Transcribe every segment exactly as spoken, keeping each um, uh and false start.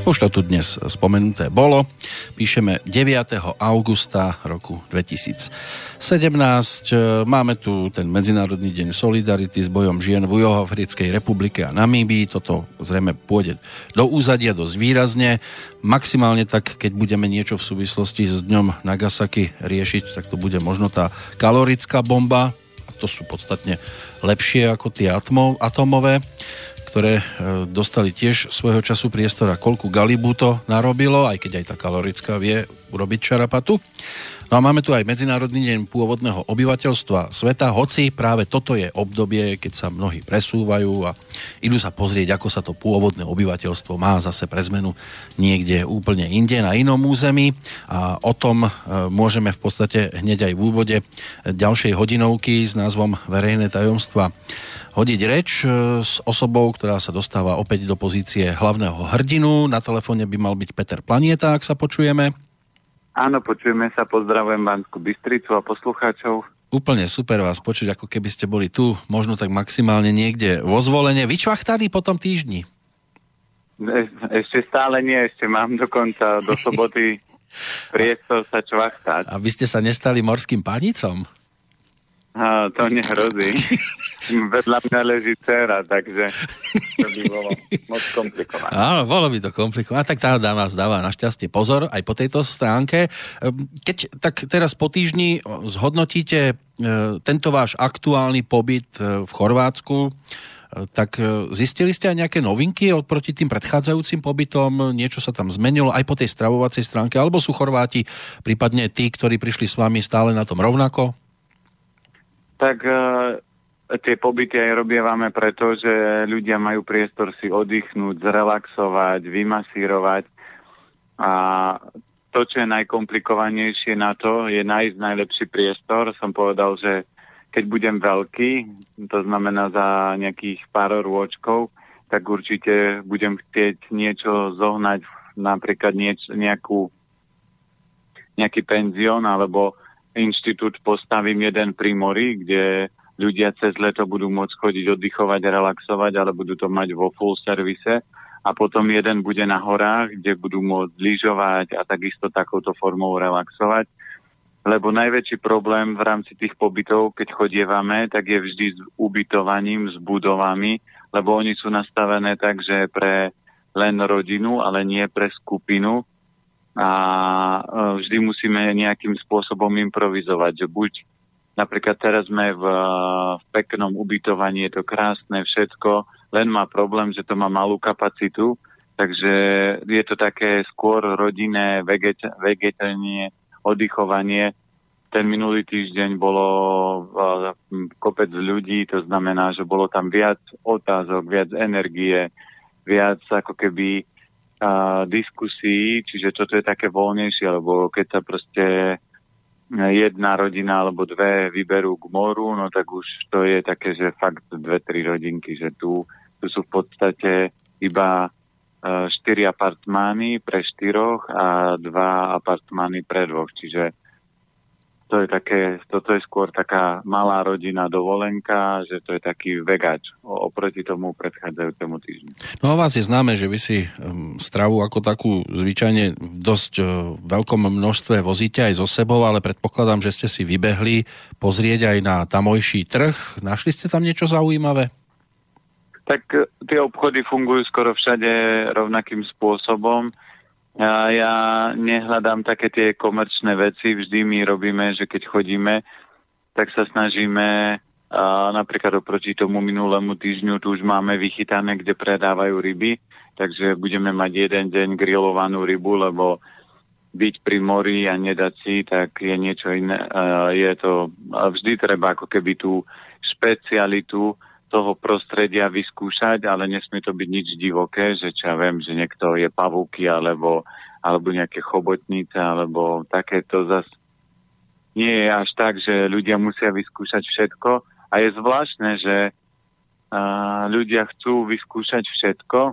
Už to tu dnes spomenuté bolo. Píšeme deviateho augusta roku dvetisícsedemnásť. Máme tu ten Medzinárodný deň solidarity s bojom žien v Juhoafrickej republike a Namíbii. Toto zrejme pôjde do úzadia dosť výrazne. Maximálne tak, keď budeme niečo v súvislosti s dňom Nagasaki riešiť, tak to bude možno tá kalorická bomba. A to sú podstatne lepšie ako tie atomové, ktoré dostali tiež svojho času priestor a koľku galibu to narobilo, aj keď aj tá kalorická vie urobiť čarapatu. No a máme tu aj Medzinárodný deň pôvodného obyvateľstva sveta, hoci práve toto je obdobie, keď sa mnohí presúvajú a idú sa pozrieť, ako sa to pôvodné obyvateľstvo má zase pre zmenu niekde úplne inde, na inom území. A o tom môžeme v podstate hneď aj v úvode ďalšej hodinovky s názvom Verejné tajomstva hodiť reč s osobou, ktorá sa dostáva opäť do pozície hlavného hrdinu. Na telefóne by mal byť Peter Planieta, ak sa počujeme. Áno, počujeme sa, pozdravujem Banskú Bystricu a poslucháčov. Úplne super vás počuť, ako keby ste boli tu, možno tak maximálne niekde vo Zvolene. Vyčvachtali po tom týždni? E- ešte stále nie, ešte mám dokonca do soboty priestor sa čvachtať. Aby ste sa nestali morským panicom? A, to nehrozí. Vedľa mňa leží dcera, takže to by bolo moc komplikované. Áno, bolo by to komplikované. Tak tá dá vás dáva našťastie pozor aj po tejto stránke. Keď tak teraz po týždni zhodnotíte tento váš aktuálny pobyt v Chorvátsku, tak zistili ste aj nejaké novinky oproti tým predchádzajúcim pobytom? Niečo sa tam zmenilo aj po tej stravovacej stránke? Alebo sú Chorváti, prípadne tí, ktorí prišli s vami, stále na tom rovnako? Tak e, tie pobyty aj robievame preto, že ľudia majú priestor si oddychnúť, zrelaxovať, vymasírovať. A to, čo je najkomplikovanejšie na to, je nájsť najlepší priestor. Som povedal, že keď budem veľký, to znamená za nejakých pár rôčkov, tak určite budem chcieť niečo zohnať, napríklad nieč, nejakú, nejaký penzión alebo inštitút postavím jeden pri mori, kde ľudia cez leto budú môcť chodiť oddychovať, relaxovať, ale budú to mať vo full servise. A potom jeden bude na horách, kde budú môcť lyžovať a takisto takouto formou relaxovať. Lebo najväčší problém v rámci tých pobytov, keď chodievame, tak je vždy s ubytovaním, s budovami, lebo oni sú nastavené tak, že pre len rodinu, ale nie pre skupinu. A vždy musíme nejakým spôsobom improvizovať, že buď napríklad teraz sme v, v peknom ubytovaní, je to krásne všetko, len má problém, že to má malú kapacitu, takže je to také skôr rodinné veget- vegetanie, oddychovanie. Ten minulý týždeň bolo kopec ľudí, to znamená, že bolo tam viac otázok, viac energie, viac ako keby a, diskusí, čiže toto je také voľnejšie, lebo keď sa proste jedna rodina alebo dve vyberú k moru, no tak už to je také, že fakt dve, tri rodinky, že tu, tu sú v podstate iba uh, štyri apartmány pre štyroch a dva apartmány pre dvoch, čiže to je také, toto je skôr taká malá rodina dovolenka, že to je taký vegač oproti tomu predchádzajúcemu týždňu. No o vás je známe, že vy si um, stravu ako takú zvyčajne v dosť uh, veľkom množstve vozíte aj so sebou, ale predpokladám, že ste si vybehli pozrieť aj na tamojší trh. Našli ste tam niečo zaujímavé? Tak tie obchody fungujú skoro všade rovnakým spôsobom. Ja, ja nehľadám také tie komerčné veci, vždy my robíme, že keď chodíme, tak sa snažíme, a napríklad oproti tomu minulému týždňu, tu už máme vychytané, kde predávajú ryby, takže budeme mať jeden deň grillovanú rybu, lebo byť pri mori a nedať si, tak je niečo iné. Je to, vždy treba ako keby tú špecialitu toho prostredia vyskúšať, ale nesmie to byť nič divoké, že čo ja viem, že niekto je pavúky alebo, alebo nejaké chobotnice, alebo takéto zas nie je až tak, že ľudia musia vyskúšať všetko. A je zvláštne, že uh, ľudia chcú vyskúšať všetko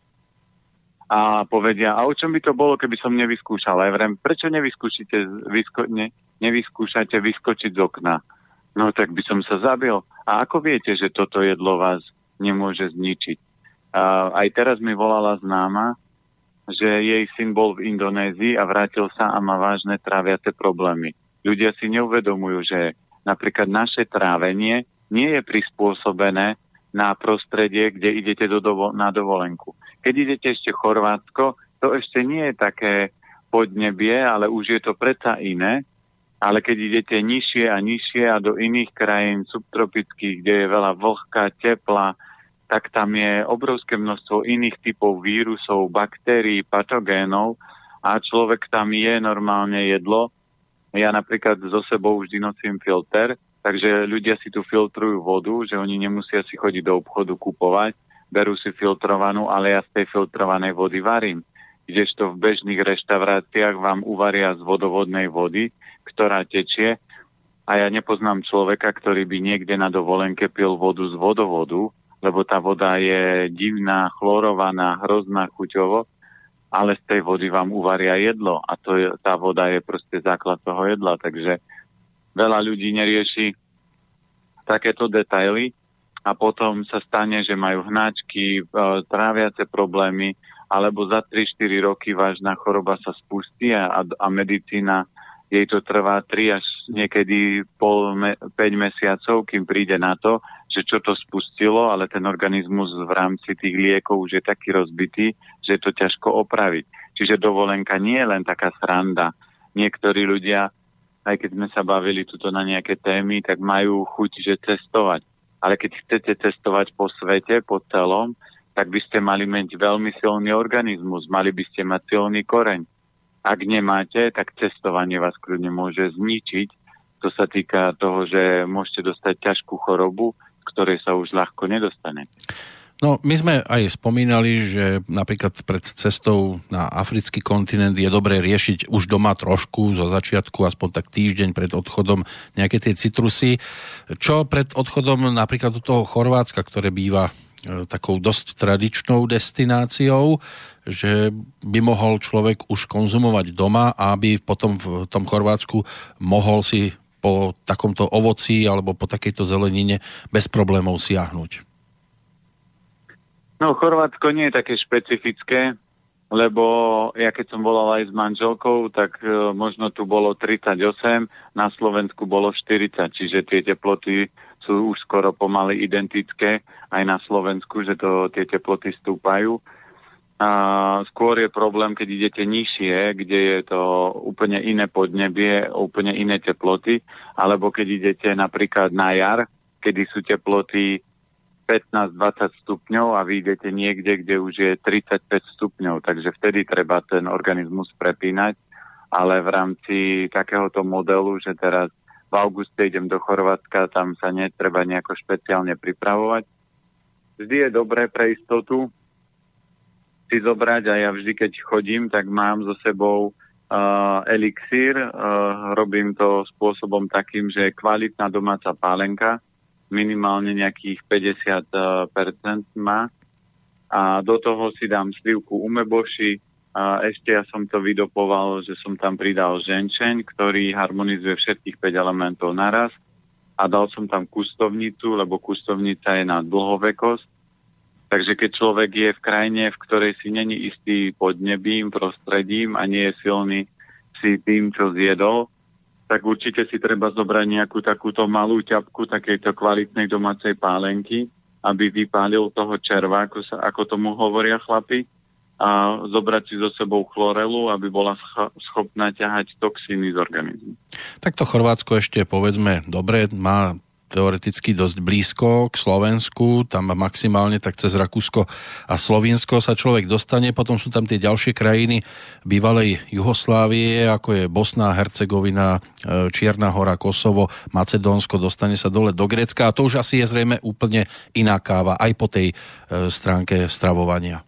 a povedia, a o čom by to bolo, keby som nevyskúšal? Ja vrem, prečo nevyskúšate, vysko, ne, nevyskúšate vyskočiť z okna? No tak by som sa zabil. A ako viete, že toto jedlo vás nemôže zničiť? A aj teraz mi volala známa, že jej syn bol v Indonézii a vrátil sa a má vážne tráviace problémy. Ľudia si neuvedomujú, že napríklad naše trávenie nie je prispôsobené na prostredie, kde idete do dovo- na dovolenku. Keď idete ešte Chorvátsko, to ešte nie je také podnebie, ale už je to predsa iné. Ale keď idete nižšie a nižšie a do iných krajín subtropických, kde je veľa vlhka, tepla, tak tam je obrovské množstvo iných typov vírusov, baktérií, patogénov a človek tam je normálne jedlo. Ja napríklad so sebou vždy nosím filter, takže ľudia si tu filtrujú vodu, že oni nemusia si chodiť do obchodu kupovať, berú si filtrovanú, ale ja z tej filtrovanej vody varím. Kdežto v bežných reštauráciách vám uvaria z vodovodnej vody, ktorá tečie a ja nepoznám človeka, ktorý by niekde na dovolenke pil vodu z vodovodu, lebo tá voda je divná, chlorovaná, hrozná chuťovo, ale z tej vody vám uvaria jedlo a to je, tá voda je proste základ toho jedla, takže veľa ľudí nerieši takéto detaily a potom sa stane, že majú hnačky, tráviace problémy, alebo za tri štyri roky vážna choroba sa spustí a, a medicína, jej to trvá tri až niekedy pol, me, päť mesiacov, kým príde na to, že čo to spustilo, ale ten organizmus v rámci tých liekov už je taký rozbitý, že je to ťažko opraviť. Čiže dovolenka nie je len taká sranda. Niektorí ľudia, aj keď sme sa bavili tuto na nejaké témy, tak majú chuť, že cestovať. Ale keď chcete cestovať po svete, po celom, tak by ste mali mať veľmi silný organizmus, mali by ste mať silný koreň. Ak nemáte, tak cestovanie vás kľudne môže zničiť. To sa týka toho, že môžete dostať ťažkú chorobu, z ktorej sa už ľahko nedostane. No, my sme aj spomínali, že napríklad pred cestou na africký kontinent je dobré riešiť už doma trošku, zo začiatku, aspoň tak týždeň pred odchodom nejaké tie citrusy. Čo pred odchodom napríklad do toho Chorvátska, ktoré býva takou dosť tradičnou destináciou, že by mohol človek už konzumovať doma a aby potom v tom Chorvátsku mohol si po takomto ovoci alebo po takejto zelenine bez problémov siahnuť? No, Chorvátsko nie je také špecifické, lebo ja keď som volal aj s manželkou, tak e, možno tu bolo tridsaťosem, na Slovensku bolo štyridsať, čiže tie teploty sú už skoro pomaly identické aj na Slovensku, že to, tie teploty stúpajú. A skôr je problém, keď idete nižšie, kde je to úplne iné podnebie, úplne iné teploty, alebo keď idete napríklad na jar, kedy sú teploty pätnásť dvadsať stupňov a vy idete niekde, kde už je tridsaťpäť stupňov, takže vtedy treba ten organizmus prepínať, ale v rámci takéhoto modelu, že teraz v auguste idem do Chorvátska, tam sa netreba nejako špeciálne pripravovať. Vždy je dobré pre istotu si zobrať a ja vždy, keď chodím, tak mám so sebou uh, elixír. Uh, robím to spôsobom takým, že je kvalitná domáca pálenka, minimálne nejakých päťdesiat percent má. A do toho si dám slivku umeboshi. A ešte ja som to vydopoval, že som tam pridal ženčeň, ktorý harmonizuje všetkých päť elementov naraz. A dal som tam kustovnicu, lebo kustovnica je na dlhovekosť. Takže keď človek je v krajine, v ktorej si není istý podnebím, prostredím a nie je silný si tým, čo zjedol, tak určite si treba zobrať nejakú takúto malú ťapku takejto kvalitnej domácej pálenky, aby vypálil toho červa, ako, sa, ako tomu hovoria chlapi, a zobrať si so sebou chlorelu, aby bola schopná ťahať toxíny z organizmu. Tak to Chorvátsko ešte, povedzme, dobre, má teoreticky dosť blízko k Slovensku, tam maximálne tak cez Rakúsko a Slovinsko sa človek dostane, potom sú tam tie ďalšie krajiny bývalej Juhoslávie, ako je Bosna, Hercegovina, Čierna Hora, Kosovo, Macedónsko, dostane sa dole do Grécka a to už asi je zrejme úplne iná káva aj po tej stránke stravovania.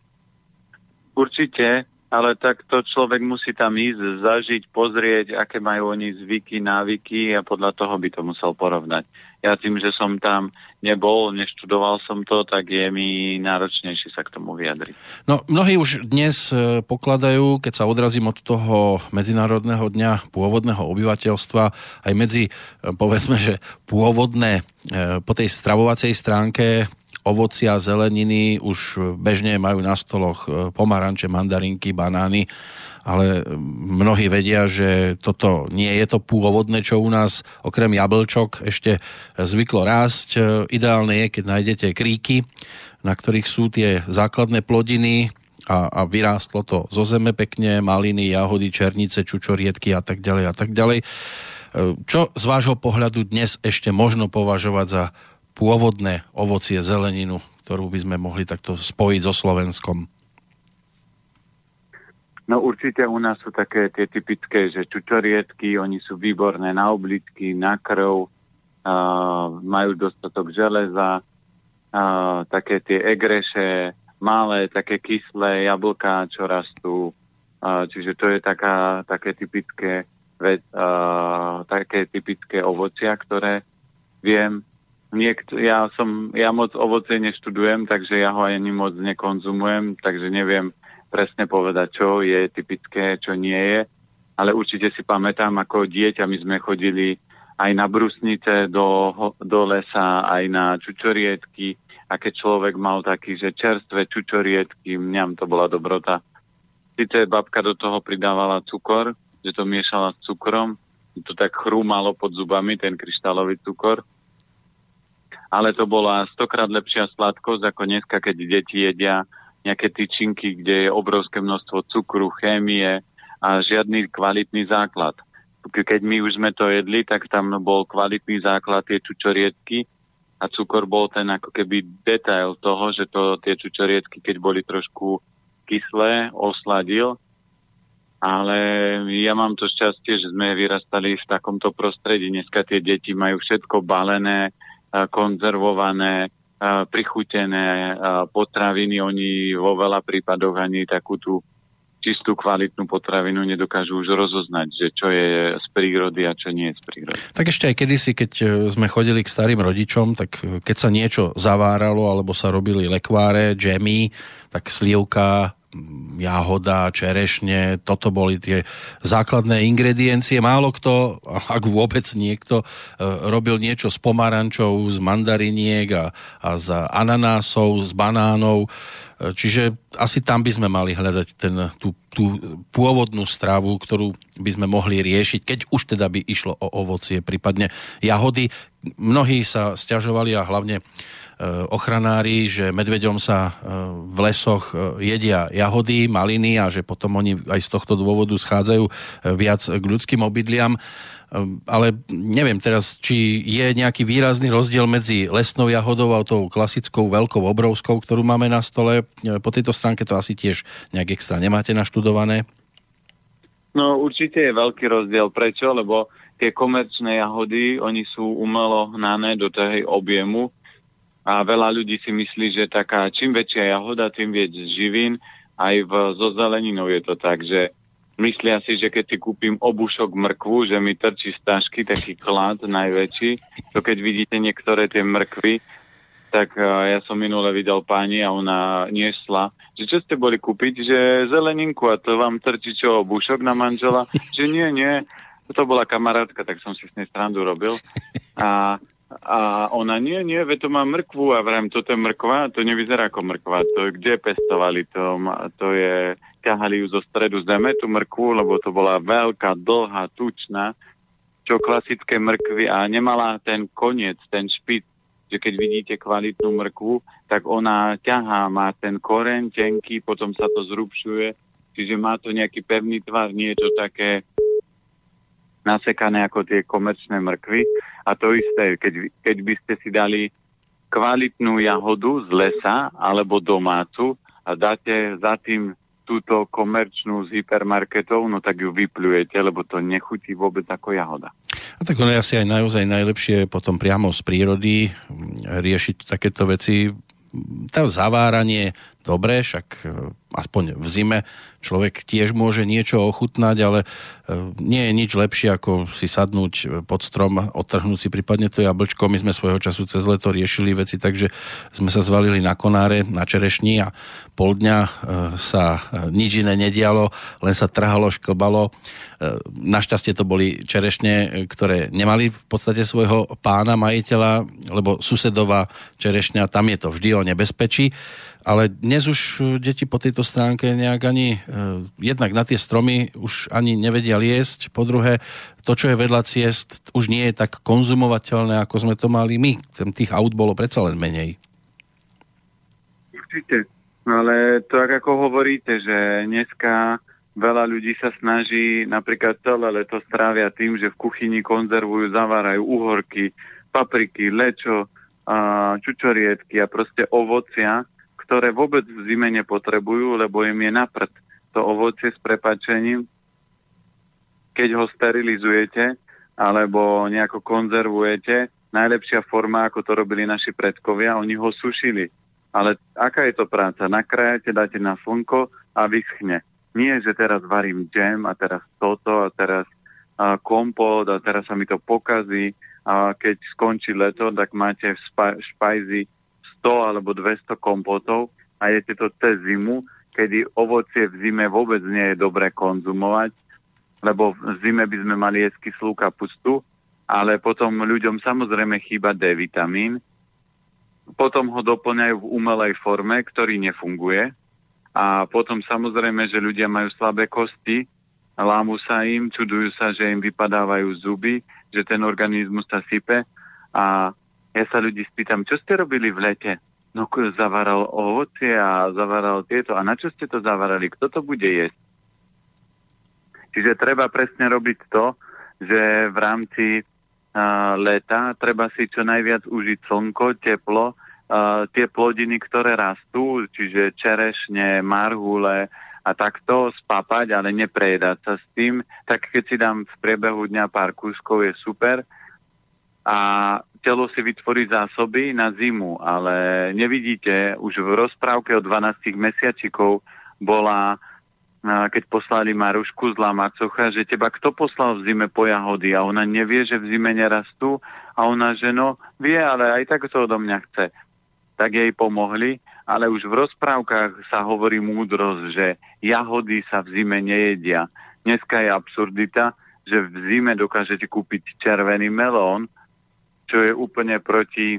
Určite, ale tak to človek musí tam ísť, zažiť, pozrieť, aké majú oni zvyky, návyky a podľa toho by to musel porovnať. Ja tým, že som tam nebol, neštudoval som to, tak je mi náročnejšie sa k tomu vyjadriť. No, mnohí už dnes pokladajú, keď sa odrazím od toho Medzinárodného dňa pôvodného obyvateľstva, aj medzi, povedzme, že pôvodné po tej stravovacej stránke ovocia, zeleniny, už bežne majú na stoloch pomaranče, mandarinky, banány, ale mnohí vedia, že toto nie je to pôvodné, čo u nás okrem jablčok ešte zvyklo rásť. Ideálne je, keď nájdete kríky, na ktorých sú tie základné plodiny a, a vyrástlo to zo zeme pekne, maliny, jahody, černice, čučoriedky a tak ďalej a tak ďalej. Čo z vášho pohľadu dnes ešte možno považovať za pôvodné ovocie, zeleninu, ktorú by sme mohli takto spojiť so Slovenskom? No určite u nás sú také tie typické, že čučoriedky, oni sú výborné na obličky, na krv, uh, majú dostatok železa, uh, také tie egreše, malé, také kyslé jablká, čo rastú. Uh, čiže to je taká, také typické vec, uh, také typické ovocia, ktoré viem. Niekto, ja, som, ja moc ovocie neštudujem, takže ja ho ani moc nekonzumujem, takže neviem presne povedať, čo je typické, čo nie je. Ale určite si pamätám, ako dieťa my sme chodili aj na brusnice do, do lesa, aj na čučoriedky. A keď človek mal taký, že čerstvé čučoriedky, mňam to bola dobrota. Sice babka do toho pridávala cukor, že to miešala s cukrom, to tak chrúmalo pod zubami, ten kryštálový cukor. Ale to bola stokrát lepšia sladkosť, ako dneska, keď deti jedia nejaké tyčinky, kde je obrovské množstvo cukru, chémie a žiadny kvalitný základ. Keď my už sme to jedli, tak tam bol kvalitný základ, tie čučoriedky, a cukor bol ten ako keby detail toho, že to tie čučoriedky, keď boli trošku kyslé, osladil. Ale ja mám to šťastie, že sme vyrastali v takomto prostredí. Dneska tie deti majú všetko balené, konzervované, prichutené potraviny. Oni vo veľa prípadoch ani takú tú čistú, kvalitnú potravinu nedokážu už rozoznať, že čo je z prírody a čo nie je z prírody. Tak ešte aj kedysi, keď sme chodili k starým rodičom, tak keď sa niečo zaváralo alebo sa robili lekváre, džemy, tak slivka, jahoda, čerešne, toto boli tie základné ingrediencie. Málo kto, ak vôbec niekto, robil niečo s pomarančou, z mandariniek a, a z ananásov, z banánov. Čiže asi tam by sme mali hľadať ten, tú, tú pôvodnú stravu, ktorú by sme mohli riešiť, keď už teda by išlo o ovocie, prípadne jahody. Mnohí sa sťažovali a hlavne ochranári, že medveďom sa v lesoch jedia jahody, maliny a že potom oni aj z tohto dôvodu schádzajú viac k ľudským obydliam. Ale neviem teraz, či je nejaký výrazný rozdiel medzi lesnou jahodou a tou klasickou veľkou obrovskou, ktorú máme na stole. Po tejto stránke to asi tiež nejak extra nemáte naštudované? No určite je veľký rozdiel. Prečo? Lebo tie komerčné jahody, oni sú umelo hnané do toho objemu a veľa ľudí si myslí, že taká čím väčšia jahoda, tým viac živín. Aj v, so zeleninou je to tak, že myslia si, že keď si kúpim obušok mrkvu, že mi trčí z tašky taký klad najväčší. To keď vidíte niektoré tie mrkvy, tak uh, ja som minule videl pani a ona niesla, že čo ste boli kúpiť, že zeleninku a to vám trčí čo, obušok na manžela? Že nie, nie. To bola kamarátka, tak som si s nej srandu robil. A A ona, nie, nie, veď to má mrkvu a vrajím, toto je mrkva, to nevyzerá ako mrkva, to kde pestovali to, to je, ťahali ju zo stredu zeme, tú mrkvu, lebo to bola veľká, dlhá, tučná, čo klasické mrkvy a nemala ten koniec, ten špit, že keď vidíte kvalitnú mrkvu, tak ona ťahá, má ten koreň tenký, potom sa to zrubšuje, čiže má to nejaký pevný tvar, nie je to také nasekané ako tie komerčné mrkvy. A to isté, keď, keď by ste si dali kvalitnú jahodu z lesa alebo domácu a dáte za tým túto komerčnú z hypermarketov, no tak ju vyplujete, lebo to nechutí vôbec ako jahoda. A tak ono je asi aj naozaj najlepšie potom priamo z prírody riešiť takéto veci. Tá zaváranie, dobre, však aspoň v zime človek tiež môže niečo ochutnať, ale nie je nič lepšie, ako si sadnúť pod strom, odtrhnúť si prípadne to jablčko. My sme svojho času cez leto riešili veci, takže sme sa zvalili na konáre, na čerešni a pol dňa sa nič iné nedialo, len sa trhalo, šklbalo. Našťastie to boli čerešne, ktoré nemali v podstate svojho pána, majiteľa, lebo susedová čerešňa, tam je to vždy o nebezpečí. Ale dnes už deti po tejto stránke nejak ani, eh, jednak na tie stromy už ani nevedia liesť, po druhé, to, čo je vedľa ciest, už nie je tak konzumovateľné, ako sme to mali my. Tých aut bolo predsa len menej. Určite, ale to, ako hovoríte, že dneska veľa ľudí sa snaží napríklad celé leto strávia tým, že v kuchyni konzervujú, zavárajú uhorky, papriky, lečo, čučoriedky a proste ovocia, ktoré vôbec v zime nepotrebujú, lebo im je na prd to ovocie s prepáčením. Keď ho sterilizujete alebo nejako konzervujete, najlepšia forma, ako to robili naši predkovia, oni ho sušili. Ale aká je to práca? Nakrájate, dáte na slnko a vyschne. Nie, že teraz varím džem a teraz toto a teraz a, kompót a teraz sa mi to pokazí a keď skončí leto, tak máte v spa- špajzi sto alebo dvesto kompotov a jete to cez zimu, kedy ovocie v zime vôbec nie je dobré konzumovať, lebo v zime by sme mali jesť kyslú kapustu, ale potom ľuďom samozrejme chýba D-vitamín, potom ho doplňajú v umelej forme, ktorý nefunguje a potom samozrejme, že ľudia majú slabé kosti, lámu sa im, čudujú sa, že im vypadávajú zuby, že ten organizmus sa sype a ja sa ľudí spýtam, čo ste robili v lete? No, zavaral ovocie a zavaral tieto. A na čo ste to zavarali? Kto to bude jesť? Čiže treba presne robiť to, že v rámci uh, leta treba si čo najviac užiť slnko, teplo, uh, tie plodiny, ktoré rastú, čiže čerešne, marhule a takto spapať, ale neprejedať sa s tým. Tak keď si dám v priebehu dňa pár kúskov, je super. A telo si vytvorí zásoby na zimu, ale nevidíte, už v rozprávke o dvanástich mesiačikov bola, keď poslali Marušku zlá macocha, že teba kto poslal v zime po jahody a ona nevie, že v zime nerastú a ona, že no, vie, ale aj tak to odo mňa chce. Tak jej pomohli, ale už v rozprávkach sa hovorí múdrosť, že jahody sa v zime nejedia. Dneska je absurdita, že v zime dokážete kúpiť červený melón, čo je úplne proti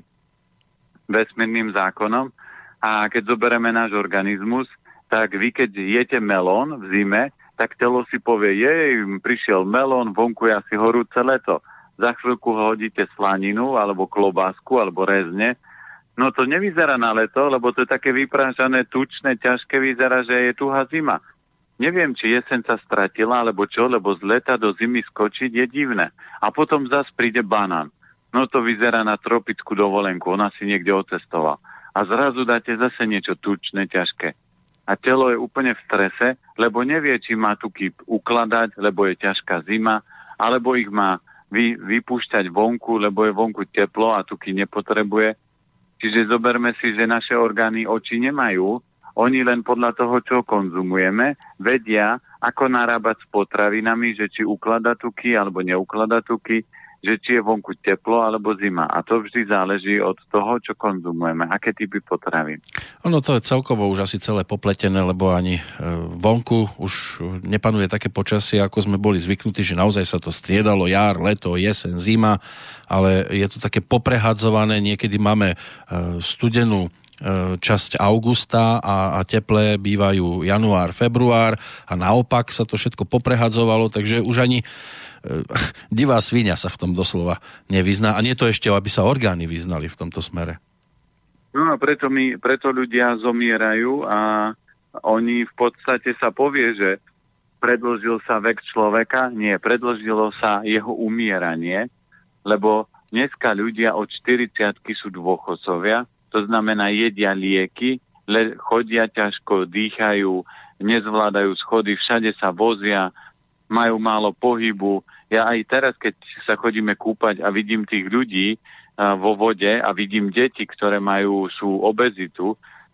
vesmírnym zákonom. A keď zoberieme náš organizmus, tak vy, keď jete melón v zime, tak telo si povie, jej, prišiel melón, vonku je asi horúce leto. Za chvíľku ho hodíte slaninu, alebo klobásku, alebo rezne. No to nevyzerá na leto, lebo to je také vyprážané, tučné, ťažké, vyzerá, že je tuhá zima. Neviem, či jeseň sa stratila, alebo čo, lebo z leta do zimy skočiť je divné. A potom zas príde banán. No to vyzerá na tropickú dovolenku, ona si niekde ocestovala. A zrazu dáte zase niečo tučné, ťažké. A telo je úplne v strese, lebo nevie, či má tuky ukladať, lebo je ťažká zima, alebo ich má vy, vypúšťať vonku, lebo je vonku teplo a tuky nepotrebuje. Čiže zoberme si, že naše orgány oči nemajú, oni len podľa toho, čo konzumujeme, vedia, ako narábať s potravinami, že či uklada tuky alebo neuklada tuky, že či je vonku teplo alebo zima. A to vždy záleží od toho, čo konzumujeme, aké typy potravín. Ono to je celkovo už asi celé popletené, lebo ani vonku už nepanuje také počasie, ako sme boli zvyknutí, že naozaj sa to striedalo jar, leto, jeseň, zima, ale je to také poprehadzované, niekedy máme studenú časť augusta a, a teplé bývajú január, február a naopak sa to všetko poprehadzovalo, takže už ani divá sviňa sa v tom doslova nevyzná. A nie to ešte, aby sa orgány vyznali v tomto smere. No a preto, my, preto ľudia zomierajú a oni v podstate sa povie, že predĺžil sa vek človeka. Nie, predĺžilo sa jeho umieranie, lebo dneska ľudia od štyridsiatky sú dôchodcovia, to znamená jedia lieky, le, chodia ťažko, dýchajú, nezvládajú schody, všade sa vozia, majú málo pohybu. Ja aj teraz, keď sa chodíme kúpať a vidím tých ľudí a, vo vode a vidím deti, ktoré majú, sú obezitu,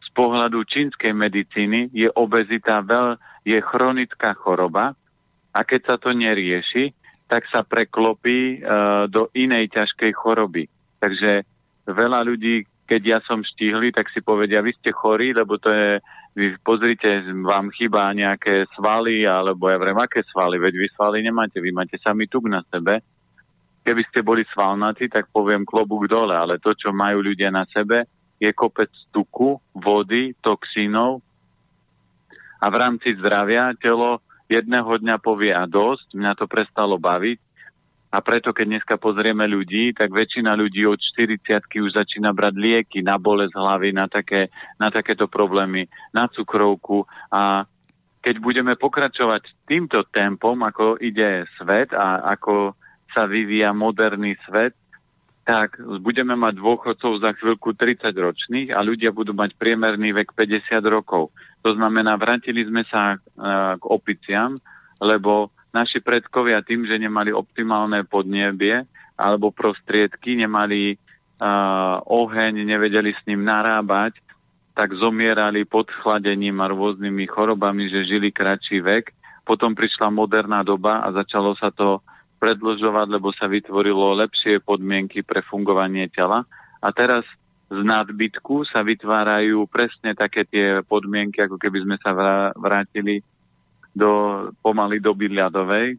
z pohľadu čínskej medicíny je obezita veľ, je chronická choroba a keď sa to nerieši, tak sa preklopí uh, do inej ťažkej choroby. Takže veľa ľudí, keď ja som štíhly, tak si povedia, vy ste chorí, lebo to je, vy pozrite, vám chýba nejaké svaly, alebo ja vrem, aké svaly, veď vy svaly nemáte, vy máte sami tuk na sebe. Keby ste boli svalnatí, tak poviem klobúk dole, ale to, čo majú ľudia na sebe, je kopec tuku, vody, toxínov a v rámci zdravia telo jedného dňa povie a dosť, mňa to prestalo baviť a preto, keď dneska pozrieme ľudí, tak väčšina ľudí od štyridsiatky už začína brať lieky na bolesť hlavy, na, také, na takéto problémy, na cukrovku a keď budeme pokračovať týmto tempom, ako ide svet a ako sa vyvíja moderný svet, tak budeme mať dôchodcov za chvíľku tridsaťročných a ľudia budú mať priemerný vek päťdesiat rokov. To znamená, vrátili sme sa k opiciam, lebo naši predkovia tým, že nemali optimálne podnebie alebo prostriedky, nemali uh, oheň, nevedeli s ním narábať, tak zomierali pod chladením a rôznymi chorobami, že žili kratší vek. Potom prišla moderná doba a začalo sa to predĺžovať, lebo sa vytvorilo lepšie podmienky pre fungovanie tela. A teraz z nadbytku sa vytvárajú presne také tie podmienky, ako keby sme sa vrátili do pomaly doby ľadovej.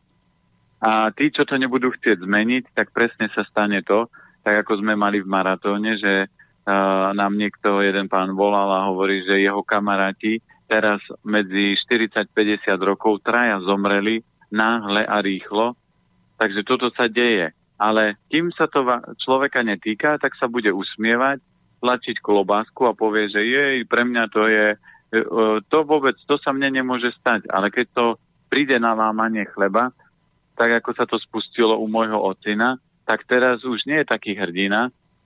A tí, čo to nebudú chcieť zmeniť, tak presne sa stane to, tak ako sme mali v maratóne, že uh, nám niekto, jeden pán volal a hovorí, že jeho kamaráti teraz medzi štyridsať päťdesiat rokov traja zomreli náhle a rýchlo. Takže toto sa deje. Ale kým sa to človeka netýka, tak sa bude usmievať, tlačiť klobásku a povie, že jej, pre mňa to je, to vôbec, to sa mne nemôže stať. Ale keď to príde na lámanie chleba, tak ako sa to spustilo u môjho otcina, tak teraz už nie je taký hrdina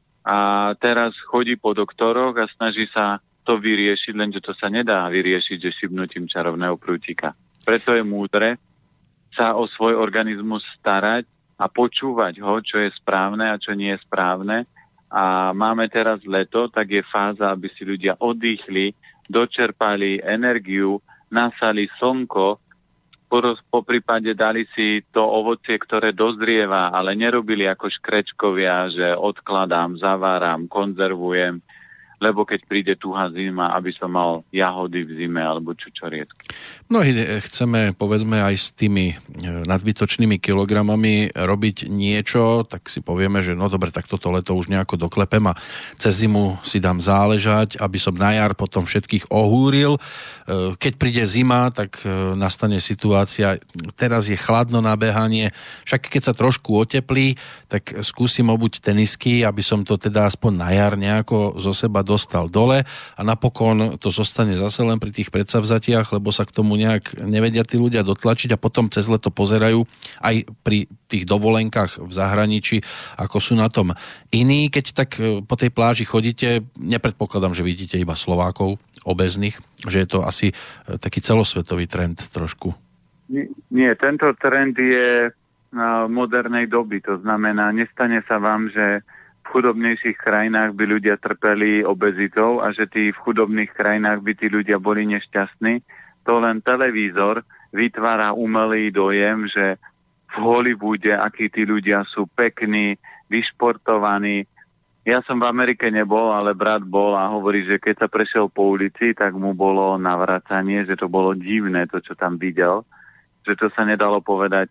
a teraz chodí po doktoroch a snaží sa to vyriešiť, lenže to sa nedá vyriešiť, že šibnutím čarovného prútika. Preto je múdre sa o svoj organizmus starať a počúvať ho, čo je správne a čo nie je správne. A máme teraz leto, tak je fáza, aby si ľudia oddychli, dočerpali energiu, nasali slnko, po, po prípade dali si to ovocie, ktoré dozrieva, ale nerobili ako škrečkovia, že odkladám, zaváram, konzervujem, lebo keď príde tuhá zima, aby som mal jahody v zime alebo čučoriedky. Mnohí chceme, povedzme, aj s tými nadbytočnými kilogramami robiť niečo, tak si povieme, že no dobre, tak toto leto už nejako doklepem a cez zimu si dám záležať, aby som na jar potom všetkých ohúril. Keď príde zima, tak nastane situácia, teraz je chladno na behanie, však keď sa trošku oteplí, tak skúsim obuť tenisky, aby som to teda aspoň na jar nejako zo seba dostal dole a napokon to zostane zase len pri tých predsavzatiach, lebo sa k tomu nejak nevedia tí ľudia dotlačiť a potom cez leto pozerajú aj pri tých dovolenkách v zahraničí, ako sú na tom iní. Keď tak po tej pláži chodíte, nepredpokladám, že vidíte iba Slovákov obezných, že je to asi taký celosvetový trend trošku. Nie, nie tento trend je modernej doby, to znamená, nestane sa vám, že v chudobnejších krajinách by ľudia trpeli obezitou a že tí v chudobných krajinách by tí ľudia boli nešťastní. To len televízor vytvára umelý dojem, že v Hollywoode, akí tí ľudia sú pekní, vyšportovaní. Ja som v Amerike nebol, ale brat bol a hovorí, že keď sa prešiel po ulici, tak mu bolo navracanie, že to bolo divné, to, čo tam videl. Že to sa nedalo povedať,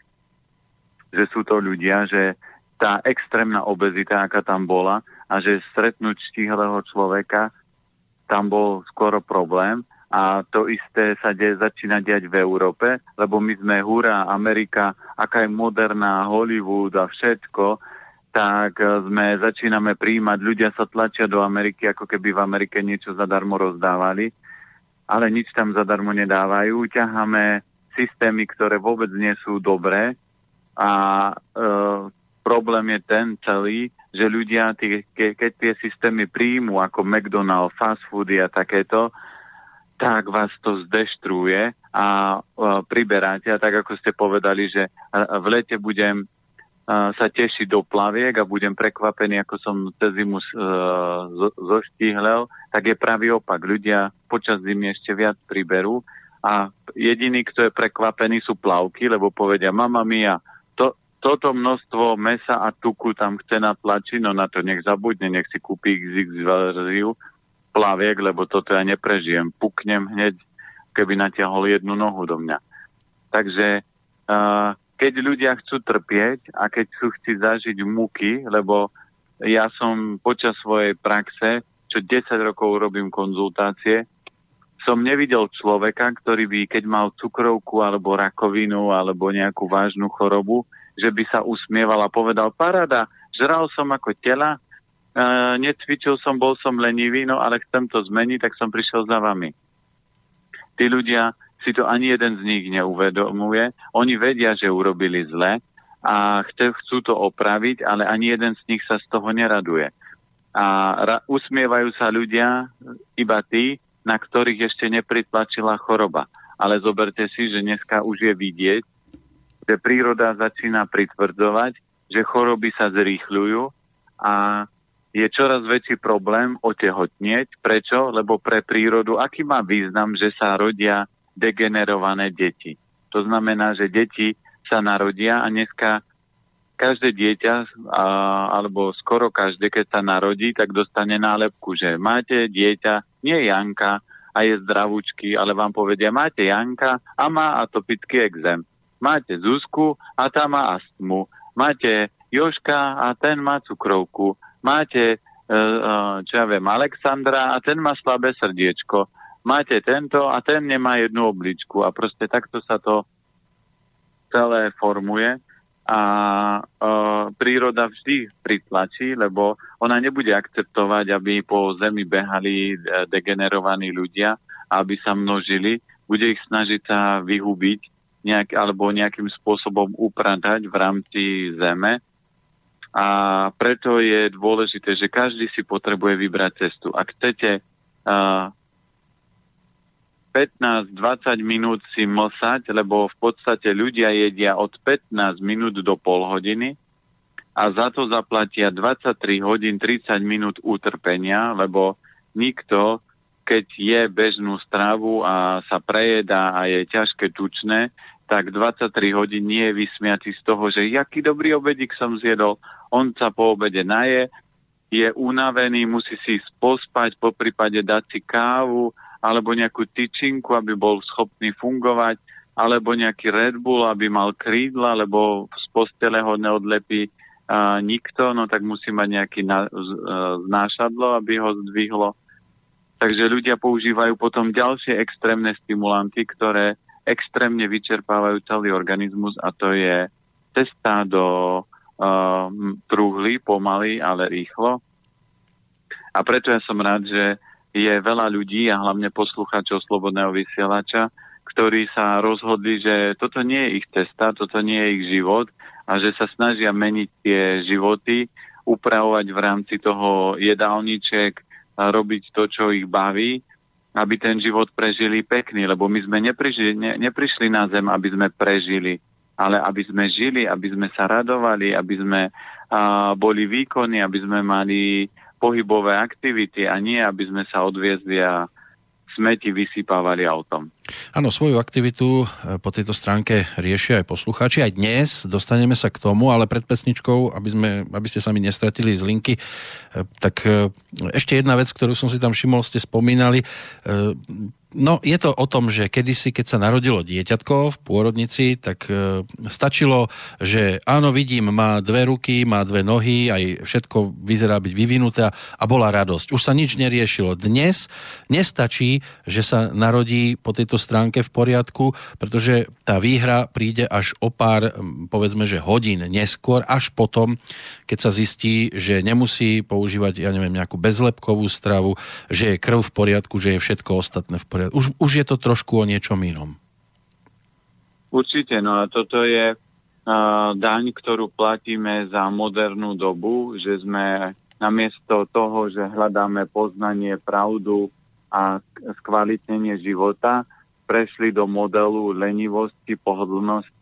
že sú to ľudia, že tá extrémna obezita, aká tam bola a že stretnúť štíhleho človeka, tam bol skoro problém a to isté sa de- začína diať v Európe, lebo my sme hurá, Amerika, aká je moderná, Hollywood a všetko, tak sme začíname prijímať, ľudia sa tlačia do Ameriky, ako keby v Amerike niečo zadarmo rozdávali, ale nič tam zadarmo nedávajú, ťaháme systémy, ktoré vôbec nie sú dobré a e, problém je ten celý, že ľudia, tí, ke, keď tie systémy príjmu ako McDonald's, fast foody a takéto, tak vás to zdeštruuje a, a priberáte. A tak ako ste povedali, že v lete budem sa tešiť do plaviek a budem prekvapený, ako som cez zimu uh, zoštihlel, tak je pravý opak. Ľudia počas zimy ešte viac priberú a jediný, kto je prekvapený, sú plavky, lebo povedia, mama mia, to, toto množstvo mesa a tuku tam chce natlačiť, no na to nech zabudne, nech si kúpi iks iks verziu plaviek, lebo toto ja neprežijem. Puknem hneď, keby natiahol jednu nohu do mňa. Takže uh, keď ľudia chcú trpieť a keď sú chcieť zažiť múky, lebo ja som počas svojej praxe, čo desať rokov robím konzultácie, som nevidel človeka, ktorý by, keď mal cukrovku alebo rakovinu alebo nejakú vážnu chorobu, že by sa usmieval a povedal, paráda, žral som ako tela, Uh, necvičil som, bol som lenivý, no ale chcem to zmeniť, tak som prišiel za vami. Tí ľudia si to ani jeden z nich neuvedomuje. Oni vedia, že urobili zle a chcú to opraviť, ale ani jeden z nich sa z toho neraduje. A ra- usmievajú sa ľudia, iba tí, na ktorých ešte nepritlačila choroba. Ale zoberte si, že dneska už je vidieť, že príroda začína pritvrdzovať, že choroby sa zrýchľujú a je čoraz väčší problém otehotnieť. Prečo? Lebo pre prírodu, aký má význam, že sa rodia degenerované deti. To znamená, že deti sa narodia a dneska každé dieťa, a, alebo skoro každé, keď sa narodí, tak dostane nálepku, že máte dieťa, nie Janka a je zdravúčky, ale vám povedia, máte Janka a má atopický ekzém. Máte Zuzku a tá má astmu. Máte Jožka a ten má cukrovku. Máte, čo ja viem, Alexandra a ten má slabé srdiečko. Máte tento a ten nemá jednu obličku. A proste takto sa to celé formuje. A e, príroda vždy pritlačí, lebo ona nebude akceptovať, aby po zemi behali degenerovaní ľudia, aby sa množili. Bude ich snažiť sa vyhubiť nejak, alebo nejakým spôsobom upratať v rámci zeme. A preto je dôležité, že každý si potrebuje vybrať cestu. Ak chcete uh, pätnásť dvadsať minút si mlsať, lebo v podstate ľudia jedia od pätnásť minút do pol hodiny a za to zaplatia dvadsaťtri hodín tridsať minút utrpenia, lebo nikto, keď je bežnú stravu a sa prejedá a je ťažké tučné, tak dvadsaťtri hodín nie je vysmiatý z toho, že jaký dobrý obedík som zjedol. On sa po obede naje, je unavený, musí si pospať, po prípade dať si kávu, alebo nejakú tyčinku, aby bol schopný fungovať, alebo nejaký Red Bull, aby mal krídla, lebo z postele ho neodlepí a, nikto, no tak musí mať nejaký na, z, znášadlo, aby ho zdvihlo. Takže ľudia používajú potom ďalšie extrémne stimulanty, ktoré extrémne vyčerpávajú celý organizmus a to je cesta do uh, truhly, pomaly, ale rýchlo. A preto ja som rád, že je veľa ľudí a hlavne poslucháčov Slobodného vysielača, ktorí sa rozhodli, že toto nie je ich cesta, toto nie je ich život a že sa snažia meniť tie životy, upravovať v rámci toho jedálniček, robiť to, čo ich baví, aby ten život prežili pekný, lebo my sme neprišli, ne, neprišli na zem, aby sme prežili, ale aby sme žili, aby sme sa radovali, aby sme a, boli výkonní, aby sme mali pohybové aktivity a nie, aby sme sa odviezli a smeti vysypávali autom. Áno, svoju aktivitu po tejto stránke riešia aj poslucháči. Aj dnes dostaneme sa k tomu, ale pred pesničkou, aby, sme, aby ste sa mi nestratili z linky, tak ešte jedna vec, ktorú som si tam všimol, ste spomínali. No, je to o tom, že kedysi, keď sa narodilo dieťatko v pôrodnici, tak e, stačilo, že áno, vidím, má dve ruky, má dve nohy, aj všetko vyzerá byť vyvinuté a bola radosť. Už sa nič neriešilo. Dnes nestačí, že sa narodí po tejto stránke v poriadku, pretože tá výhra príde až o pár, povedzme, že hodín neskôr, až potom, keď sa zistí, že nemusí používať, ja neviem, nejakú bezlepkovú stravu, že je krv v poriadku, že je všetko ostatné v poriadku. Už, už je to trošku o niečom inom. Určite, no a toto je uh, daň, ktorú platíme za modernú dobu, že sme namiesto toho, že hľadáme poznanie, pravdu a skvalitnenie života, prešli do modelu lenivosti, pohodlnosti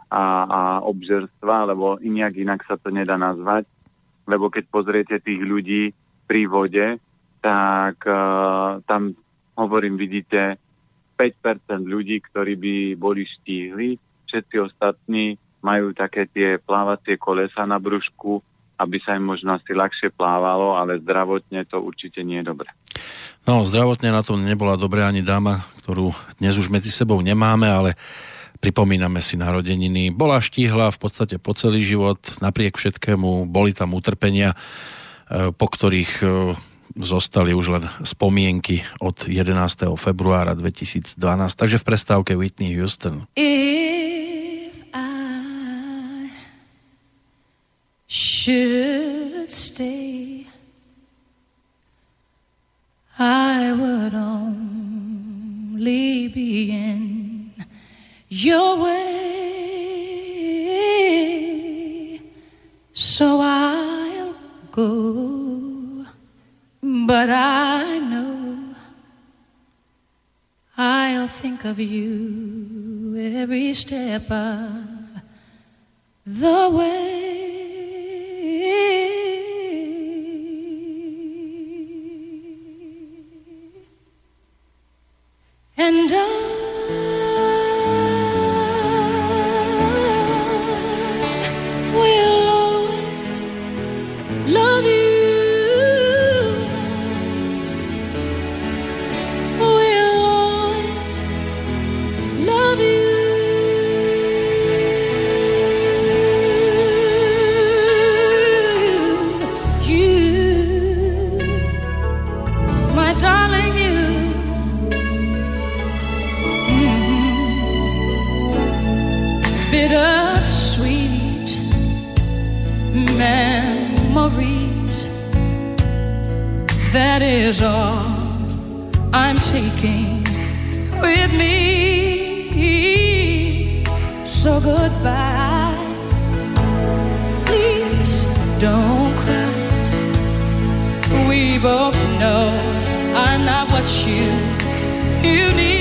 a, a obžerstva, lebo inak inak sa to nedá nazvať. Lebo keď pozriete tých ľudí pri vode, tak uh, tam, hovorím, vidíte päť percent ľudí, ktorí by boli štíhli. Všetci ostatní majú také tie plávacie kolesa na brúšku, aby sa im možno asi ľahšie plávalo, ale zdravotne to určite nie je dobre. No, zdravotne na to nebola dobré ani dáma, ktorú dnes už medzi sebou nemáme, ale pripomíname si narodeniny. Bola štíhla v podstate po celý život, napriek všetkému, boli tam utrpenia, po ktorých zostali už len spomienky od jedenásteho februára dvetisícdvanásť. Takže v prestávke Whitney Houston. If I should stay, I would only be in your way, so I'll go, but I know I'll think of you every step of the way. And I will always love you. Will always love you. You, my darling, you. Bittersweet memories, that is all I'm taking with me. So goodbye, please don't cry. We both know I'm not what you, you need.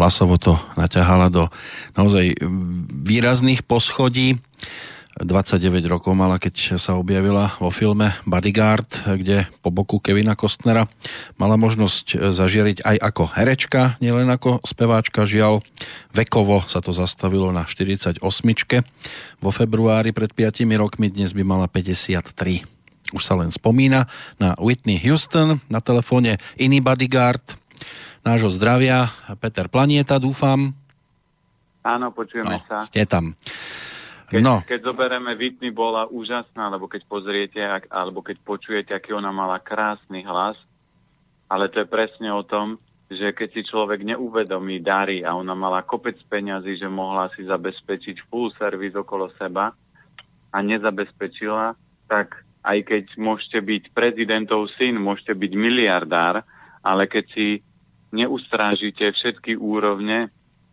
hlasovo to naťahala do naozaj výrazných poschodí. dvadsaťdeväť rokov mala, keď sa objavila vo filme Bodyguard, kde po boku Kevina Costnera mala možnosť zažiariť aj ako herečka, nielen ako speváčka. Žiaľ, vekovo sa to zastavilo na štyridsaťosmičke. Vo februári pred piatimi rokmi, dnes by mala päťdesiattri. Už sa len spomína na Whitney Houston, na telefóne iný bodyguard nášho zdravia, Peter Planieta, dúfam. Áno, počujeme no, sa. Ste tam. Keď, no. keď zoberieme, Whitney bola úžasná, lebo keď pozriete, ak, alebo keď počujete, aký ona mala krásny hlas, ale to je presne o tom, že keď si človek neuvedomí dary a ona mala kopec peňazí, že mohla si zabezpečiť full service okolo seba a nezabezpečila, tak aj keď môžete byť prezidentov syn, môžete byť miliardár, ale keď si neustrážite všetky úrovne,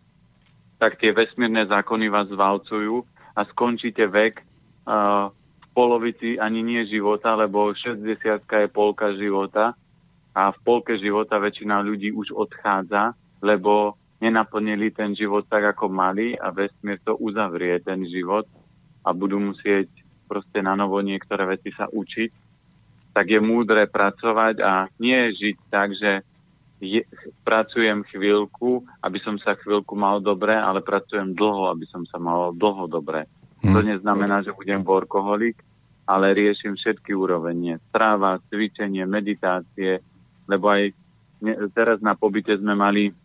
tak tie vesmírne zákony vás zvalcujú a skončíte vek uh, v polovici ani nie života, lebo šesťdesiatka je polka života a v polke života väčšina ľudí už odchádza, lebo nenaplnili ten život tak, ako mali a vesmír to uzavrie, ten život a budú musieť proste na novo niektoré veci sa učiť. Tak je múdre pracovať a nie žiť tak, že je, pracujem chvíľku, aby som sa chvíľku mal dobre, ale pracujem dlho, aby som sa mal dlho dobre. Hmm. To neznamená, že budem workoholik, ale riešim všetky úrovne. Stráva, cvičenie, meditácie, lebo aj ne, teraz na pobyte sme mali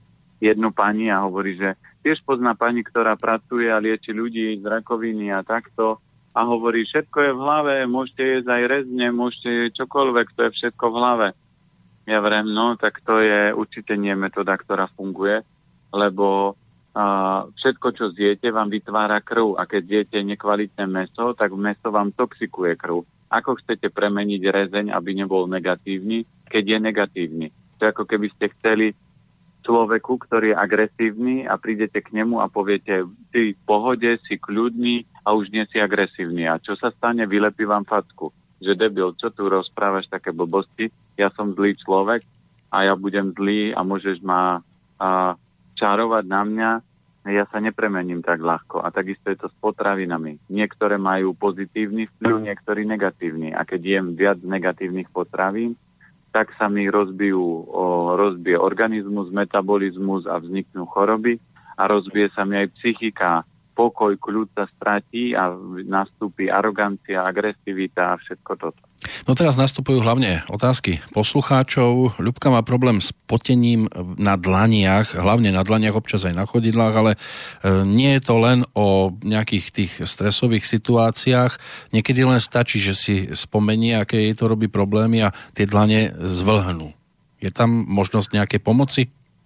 jednu pani a hovorí, že tiež pozná pani, ktorá pracuje a lieči ľudí z rakoviny a takto a hovorí, všetko je v hlave, môžete jesť aj rezne, môžete jesť čokoľvek, to je všetko v hlave. Ja vrem, no, tak to je určite nie metóda, ktorá funguje, lebo a, všetko, čo zjete, vám vytvára krv a keď zjete nekvalitné mäso, tak mäso vám toxikuje krv. Ako chcete premeniť rezeň, aby nebol negatívny, keď je negatívny? To je ako keby ste chceli človeku, ktorý je agresívny a prídete k nemu a poviete, si v pohode, si kľudný a už nie si agresívny. A čo sa stane? Vylepí vám facku. Že debil, čo tu rozprávaš také blbosti? Ja som zlý človek a ja budem zlý a môžeš ma a, čarovať na mňa. Ja sa nepremením tak ľahko. A takisto je to s potravinami. Niektoré majú pozitívny vplyv, niektorý negatívny. A keď jem viac negatívnych potravín, tak sa mi rozbijú, o, rozbije organizmus, metabolizmus a vzniknú choroby a rozbije sa mi aj psychika. Pokoj, kľud sa stratí a nastúpi arogancia, agresivita a všetko toto. No teraz nastupujú hlavne otázky poslucháčov. Ľubka má problém s potením na dlaniach, hlavne na dlaniach, občas aj na chodidlách, ale nie je to len o nejakých tých stresových situáciách. Niekedy len stačí, že si spomenie, aké jej to robí problémy a tie dlane zvlhnú. Je tam možnosť nejakej pomoci?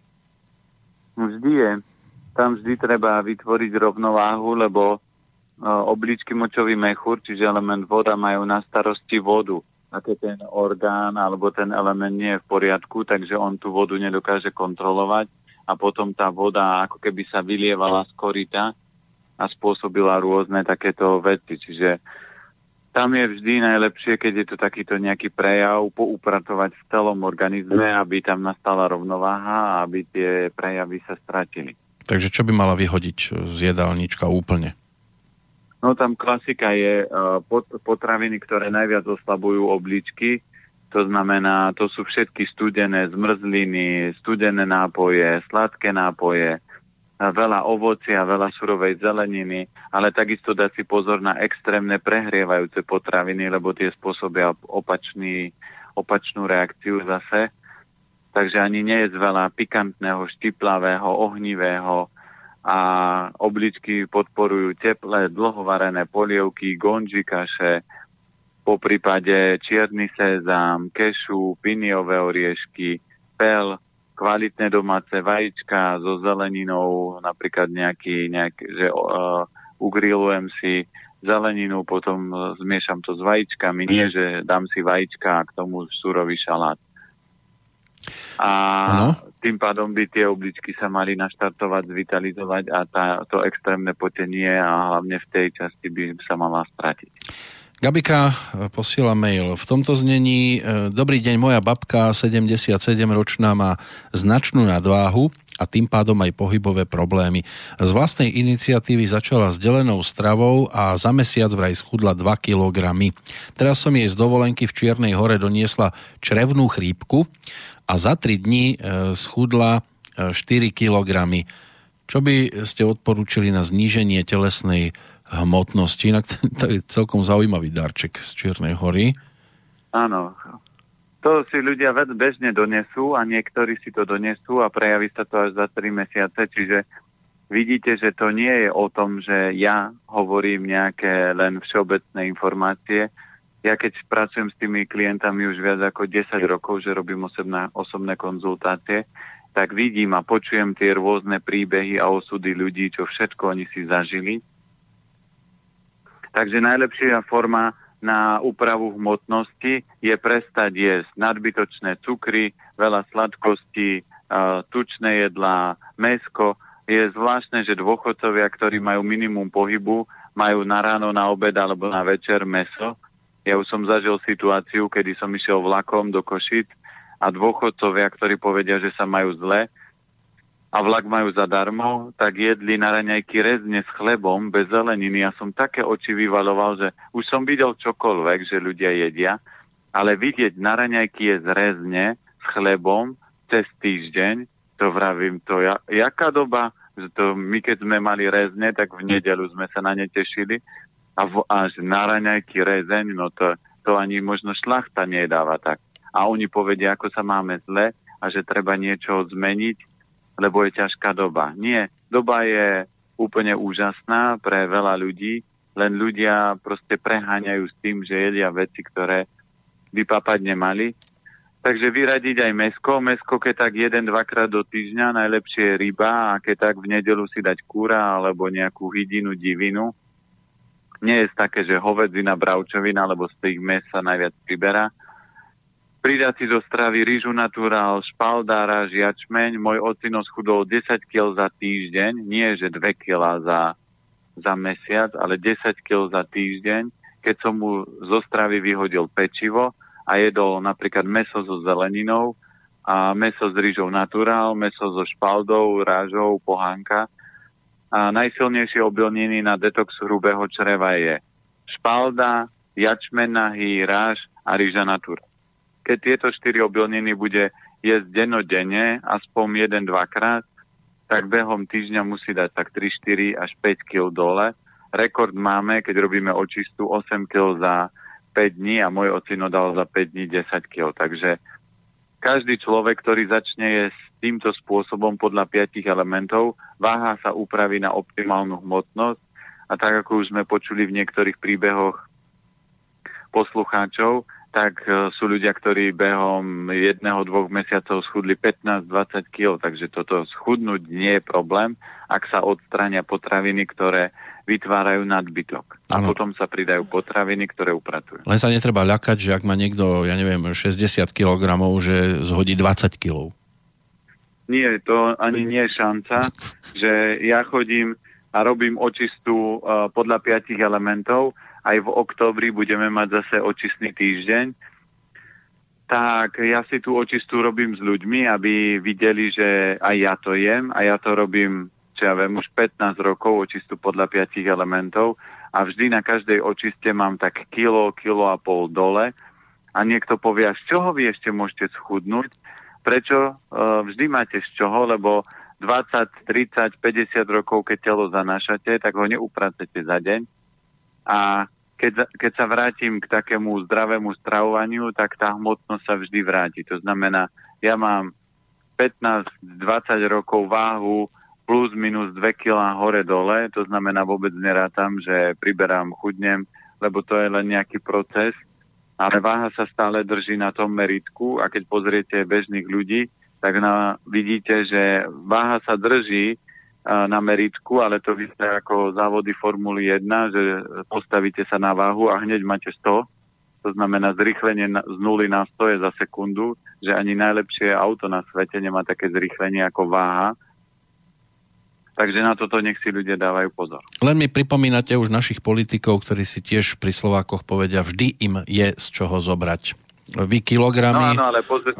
Vždy je. Tam vždy treba vytvoriť rovnováhu, lebo obličky močový mechúr, čiže element voda, majú na starosti vodu. A keď ten orgán alebo ten element nie je v poriadku, takže on tú vodu nedokáže kontrolovať a potom tá voda ako keby sa vylievala z koryta a spôsobila rôzne takéto veci. Čiže tam je vždy najlepšie, keď je to takýto nejaký prejav, poupratovať v celom organizme, aby tam nastala rovnováha a aby tie prejavy sa stratili. Takže čo by mala vyhodiť z jedálnička úplne? No tam klasika je uh, pot, potraviny, ktoré najviac oslabujú obličky. To znamená, to sú všetky studené zmrzliny, studené nápoje, sladké nápoje, veľa ovocia, veľa surovej zeleniny, ale takisto dať si pozor na extrémne prehrievajúce potraviny, lebo tie spôsobia opačný, opačnú reakciu zase. Takže ani nie je veľa pikantného, štiplavého, ohnivého a obličky podporujú teplé, dlhovarené polievky, gonži kaše, po prípade čierny sezam, kešu, piniové oriešky, pel, kvalitné domáce vajíčka so zeleninou, napríklad nejaký, nejaký že uh, ugrilujem si zeleninu, potom zmiešam to s vajíčkami, nie, že dám si vajíčka a k tomu surový šalát. A ano? Tým pádom by tie obličky sa mali naštartovať, zvitalizovať a tá, to extrémne potenie a hlavne v tej časti by sa mala stratiť. Gabika posiela mail v tomto znení. Dobrý deň, moja babka sedemdesiatsedemročná má značnú nadváhu a tým pádom aj pohybové problémy. Z vlastnej iniciatívy začala s delenou stravou a za mesiac vraj schudla dva kilogramy. Teraz som jej z dovolenky v Čiernej Hore doniesla črevnú chrípku a za tri dní schudla štyri kilogramy. Čo by ste odporúčili na zníženie telesnej hmotnosti? Inak to je celkom zaujímavý darček z Čiernej Hory. Áno. To si ľudia bežne donesú a niektorí si to donesú a prejaví sa to až za tri mesiace. Čiže vidíte, že to nie je o tom, že ja hovorím nejaké len všeobecné informácie. Ja keď pracujem s tými klientami už viac ako desať rokov, že robím osobné, osobné konzultácie, tak vidím a počujem tie rôzne príbehy a osudy ľudí, čo všetko oni si zažili. Takže najlepšia forma na úpravu hmotnosti je prestať jesť nadbytočné cukry, veľa sladkostí, tučné jedlá, mäsko. Je zvláštne, že dôchodcovia, ktorí majú minimum pohybu, majú na ráno, na obed alebo na večer mäso. Ja už som zažil situáciu, kedy som išiel vlakom do Košic a dôchodcovia, ktorí povedia, že sa majú zle, a vlak majú zadarmo, tak jedli na raňajky rezne s chlebom, bez zeleniny. Ja som také oči vyvaloval, že už som videl čokoľvek, že ľudia jedia, ale vidieť na raňajky je z rezne s chlebom cez týždeň, to vravím, to ja, jaká doba, že to my keď sme mali rezne, tak v nedeľu sme sa na ne tešili a v, až na raňajky rezeň, no to, to ani možno šlachta nedáva tak. A oni povedia, ako sa máme zle a že treba niečo zmeniť, lebo je ťažká doba. Nie, doba je úplne úžasná pre veľa ľudí, len ľudia proste preháňajú s tým, že jedia veci, ktoré by papať nemali. Takže vyradiť aj mäsko. Mäsko, keď tak jeden, dvakrát do týždňa, najlepšie je ryba a keď tak v nedeľu si dať kúra alebo nejakú hydinu, divinu. Nie je také, že hovedzina, bravčovina, lebo z tých mäs sa najviac priberá. Pridať si do stravy rýžu naturál, špaldára, žiačmeň. Môj ocino schudol desať kilogramov za týždeň, nie že dve kilá za, za mesiac, ale desať kilogramov za týždeň. Keď som mu zo stravy vyhodil pečivo a jedol napríklad mäso so zeleninou a mäso s rýžou naturál, mäso so špaldou, rážou, pohánka. A najsilnejšie obilniny na detox hrubého čreva je špalda, jačmenahy, ráž a rýža naturál. Keď tieto štyri obilniny bude jesť dennodenne, aspoň jeden, dvakrát, tak behom týždňa musí dať tak tri, štyri až päť kilogramov dole. Rekord máme, keď robíme očistú, osem kilogramov za päť dní a môj ocino dal za päť dní desať kilogramov. Takže každý človek, ktorý začne jesť týmto spôsobom podľa piatich elementov, váha sa upraví na optimálnu hmotnosť a tak, ako už sme počuli v niektorých príbehoch poslucháčov, tak sú ľudia, ktorí behom jedného, dvoch mesiacov schudli pätnásť dvadsať kilogramov, takže toto schudnúť nie je problém, ak sa odstránia potraviny, ktoré vytvárajú nadbytok. A ano. Potom sa pridajú potraviny, ktoré upratujú. Len sa netreba ľakať, že ak má niekto, ja neviem, šesťdesiat kilogramov, že zhodí dvadsať kilogramov. Nie, to ani nie je šanca, že ja chodím a robím očistú uh, podľa piatich elementov. Aj v októbri budeme mať zase očistný týždeň. Tak ja si tú očistú robím s ľuďmi, aby videli, že aj ja to jem a ja to robím, čo ja viem, už pätnásť rokov očistú podľa piatich elementov a vždy na každej očiste mám tak kilo, kilo a pol dole a niekto povie, z čoho vy ešte môžete schudnúť? Prečo? Vždy máte z čoho, lebo dvadsať, tridsať, päťdesiat rokov, keď telo zanášate, tak ho neupracete za deň. A keď, keď sa vrátim k takému zdravému stravovaniu, tak tá hmotnosť sa vždy vráti. To znamená, ja mám pätnásť dvadsať rokov váhu plus minus dve kilá hore-dole, to znamená vôbec nerátam, že priberám, chudnem, lebo to je len nejaký proces, ale váha sa stále drží na tom meritku a keď pozriete bežných ľudí, tak na, vidíte, že váha sa drží na meritku, ale to vyzerá ako závody Formuly jeden, že postavíte sa na váhu a hneď máte sto. To znamená zrýchlenie z nuly na sto je za sekundu, že ani najlepšie auto na svete nemá také zrýchlenie ako váha. Takže na toto nech si ľudia dávajú pozor. Len mi pripomínate už našich politikov, ktorí si tiež pri Slovákoch povedia, vždy im je z čoho zobrať. Vy kilogramy... No áno, ale pozri...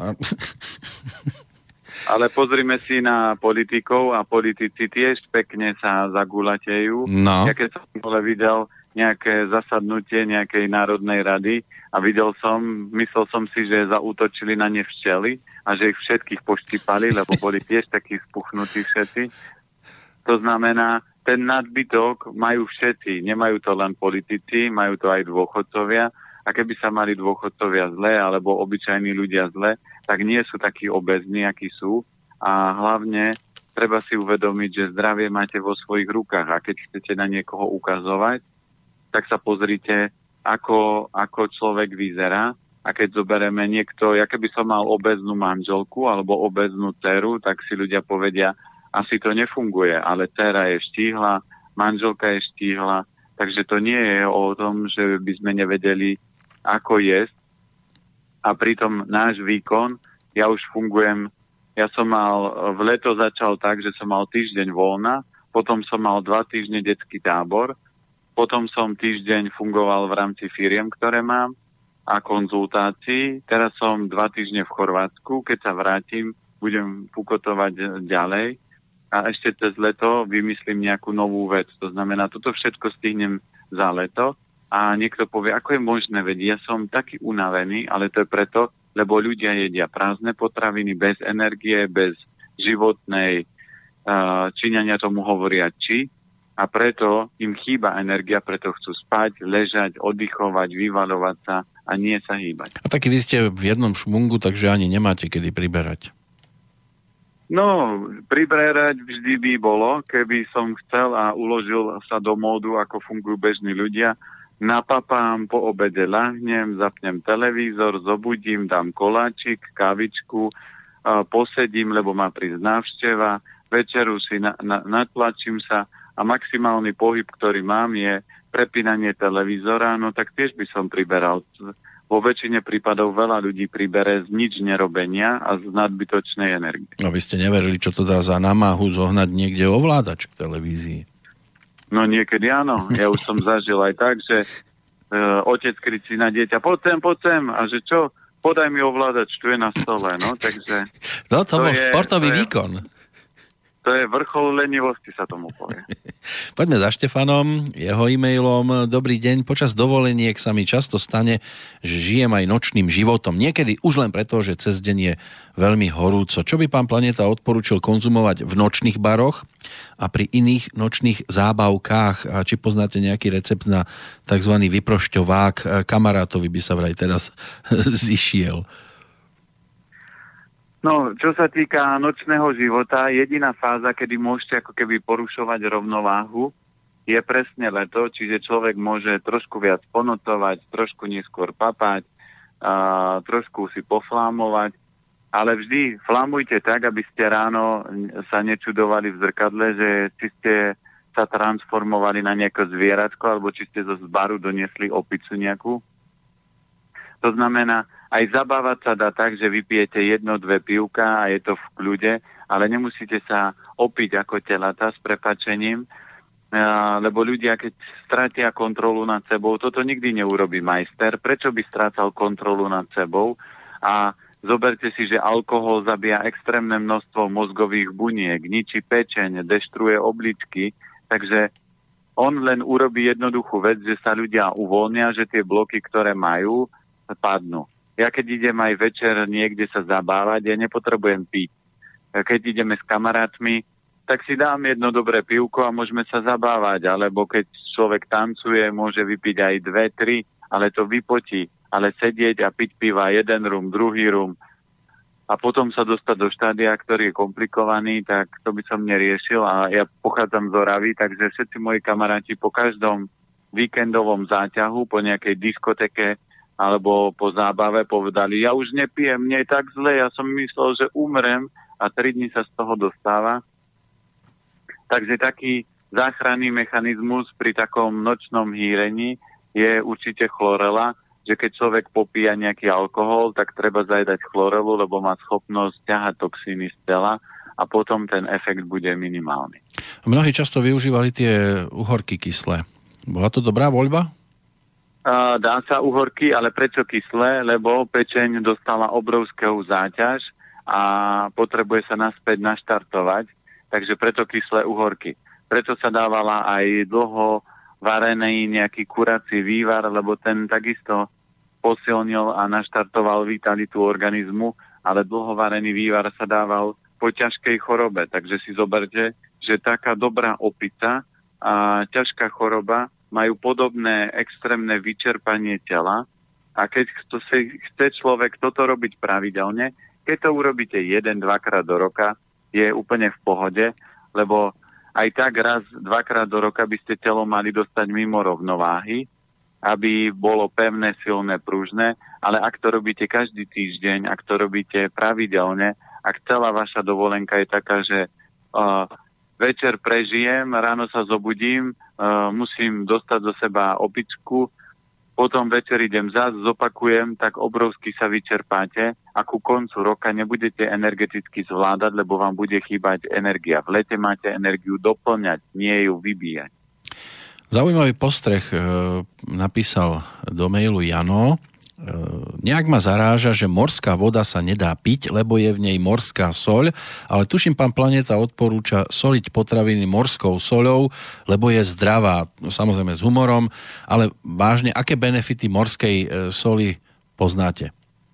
Ale pozrime si na politikov a politici tiež pekne sa zagulatejú. No. Ja keď som bol videl nejaké zasadnutie nejakej národnej rady a videl som, myslel som si, že zaútočili na ne včely a že ich všetkých poštípali, lebo boli tiež takí spuchnutí všetci. To znamená, ten nadbytok majú všetci, nemajú to len politici, majú to aj dôchodcovia. A keby sa mali dôchodcovia zle, alebo obyčajní ľudia zle, tak nie sú takí obezní, akí sú. A hlavne treba si uvedomiť, že zdravie máte vo svojich rukách. A keď chcete na niekoho ukazovať, tak sa pozrite, ako, ako človek vyzerá. A keď zoberieme niekto, ja keby som mal obeznú manželku alebo obeznú dceru, tak si ľudia povedia, asi to nefunguje, ale dcera je štíhla, manželka je štíhla, takže to nie je o tom, že by sme nevedeli, ako jesť. A pritom náš výkon, ja už fungujem, ja som mal, v leto začal tak, že som mal týždeň voľna, potom som mal dva týždne detský tábor, potom som týždeň fungoval v rámci firiem, ktoré mám a konzultácií. Teraz som dva týždne v Chorvátsku, keď sa vrátim, budem pukotovať ďalej a ešte cez leto vymyslím nejakú novú vec. To znamená, toto všetko stihnem za leto. A niekto povie, ako je možné, veď ja som taký unavený, ale to je preto, lebo ľudia jedia prázdne potraviny, bez energie, bez životnej, uh, Číňania tomu hovoria či, a preto im chýba energia, preto chcú spať, ležať, oddychovať, vyvaľovať sa a nie sa hýbať. A taký vy ste v jednom šmungu, takže ani nemáte kedy priberať. No, priberať vždy by bolo, keby som chcel a uložil sa do módu, ako fungujú bežní ľudia. Napapám, po obede ľahnem, zapnem televízor, zobudím, dám koláčik, kávičku, posedím, lebo má prísť návšteva, večeru si na, na, natlačím sa a maximálny pohyb, ktorý mám, je prepínanie televízora, no tak tiež by som priberal. Vo väčšine prípadov veľa ľudí pribere z nič nerobenia a z nadbytočnej energie. No vy ste neverili, čo to dá za námahu zohnať niekde ovládač k televízii. No niekedy áno. Ja už som zažil aj tak, že e, otec kričí na dieťa, poď sem, poď sem. A že čo? Podaj mi ovládač, tu je na stole. No, takže... No to, to bol je, športový to je, výkon. To je vrchol lenivosti, sa tomu povie. Poďme za Štefanom, jeho e-mailom. Dobrý deň, počas dovoleniek sa mi často stane, že žijem aj nočným životom. Niekedy už len preto, že cez deň je veľmi horúco. Čo by pán Planeta odporúčil konzumovať v nočných baroch a pri iných nočných zábavkách? A či poznáte nejaký recept na tzv. Vyprošťovák? Kamarátovi by sa vraj teraz zišiel. No, čo sa týka nočného života, jediná fáza, kedy môžete ako keby porušovať rovnováhu, je presne leto, čiže človek môže trošku viac ponotovať, trošku neskôr papať, a trošku si poflámovať, ale vždy flámujte tak, aby ste ráno sa nečudovali v zrkadle, že či ste sa transformovali na nejaké zvieratko, alebo či ste zo zbaru doniesli opicu nejakú. To znamená, aj zabávať sa dá tak, že vypijete jedno, dve pivka a je to v kľude, ale nemusíte sa opiť ako telata s prepáčením, lebo ľudia, keď stratia kontrolu nad sebou, toto nikdy neurobí majster. Prečo by strácal kontrolu nad sebou? A zoberte si, že alkohol zabíja extrémne množstvo mozgových buniek, ničí pečeň, deštruje obličky, takže on len urobí jednoduchú vec, že sa ľudia uvoľnia, že tie bloky, ktoré majú, padnú. Ja keď idem aj večer niekde sa zabávať, ja nepotrebujem piť. Keď ideme s kamarátmi, tak si dám jedno dobré pivko a môžeme sa zabávať. Alebo keď človek tancuje, môže vypiť aj dve, tri, ale to vypotí. Ale sedieť a piť piva jeden rum, druhý rum a potom sa dostať do štádia, ktorý je komplikovaný, tak to by som neriešil. A ja pochádzam z Oravy, takže všetci moji kamaráti po každom víkendovom záťahu, po nejakej diskoteke alebo po zábave povedali, ja už nepijem, mne je tak zle, ja som myslel, že umrem a tri dni sa z toho dostáva. Takže taký záchranný mechanizmus pri takom nočnom hýrení je určite chlorela, že keď človek popíja nejaký alkohol, tak treba zajedať chlorelu, lebo má schopnosť ťahať toxíny z tela a potom ten efekt bude minimálny. Mnohí často využívali tie uhorky kyslé. Bola to dobrá voľba? Uh, dá sa uhorky, ale prečo kyslé? Lebo pečeň dostala obrovskú záťaž a potrebuje sa naspäť naštartovať, takže preto kyslé uhorky. Preto sa dávala aj dlho varený nejaký kurací vývar, lebo ten takisto posilnil a naštartoval vitalitu organizmu, ale dlho varený vývar sa dával po ťažkej chorobe. Takže si zoberte, že taká dobrá opica a ťažká choroba majú podobné extrémne vyčerpanie tela a keď to si, chce človek toto robiť pravidelne, keď to urobíte jeden, dvakrát do roka, je úplne v pohode, lebo aj tak raz, dvakrát do roka by ste telo mali dostať mimo rovnováhy, aby bolo pevné, silné, pružné, ale ak to robíte každý týždeň, ak to robíte pravidelne, ak celá vaša dovolenka je taká, že uh, večer prežijem, ráno sa zobudím, uh, musím dostať do seba opičku, potom večer idem zás, zopakujem, tak obrovsky sa vyčerpáte a ku koncu roka nebudete energeticky zvládať, lebo vám bude chýbať energia. V lete máte energiu doplňať, nie ju vybíjať. Zaujímavý postreh e, napísal do mailu Jano. E, nejak ma zaráža, že morská voda sa nedá piť, lebo je v nej morská soľ, ale tuším, pán Planeta odporúča soliť potraviny morskou soľou, lebo je zdravá, samozrejme s humorom, ale vážne, aké benefity morskej e, soli poznáte?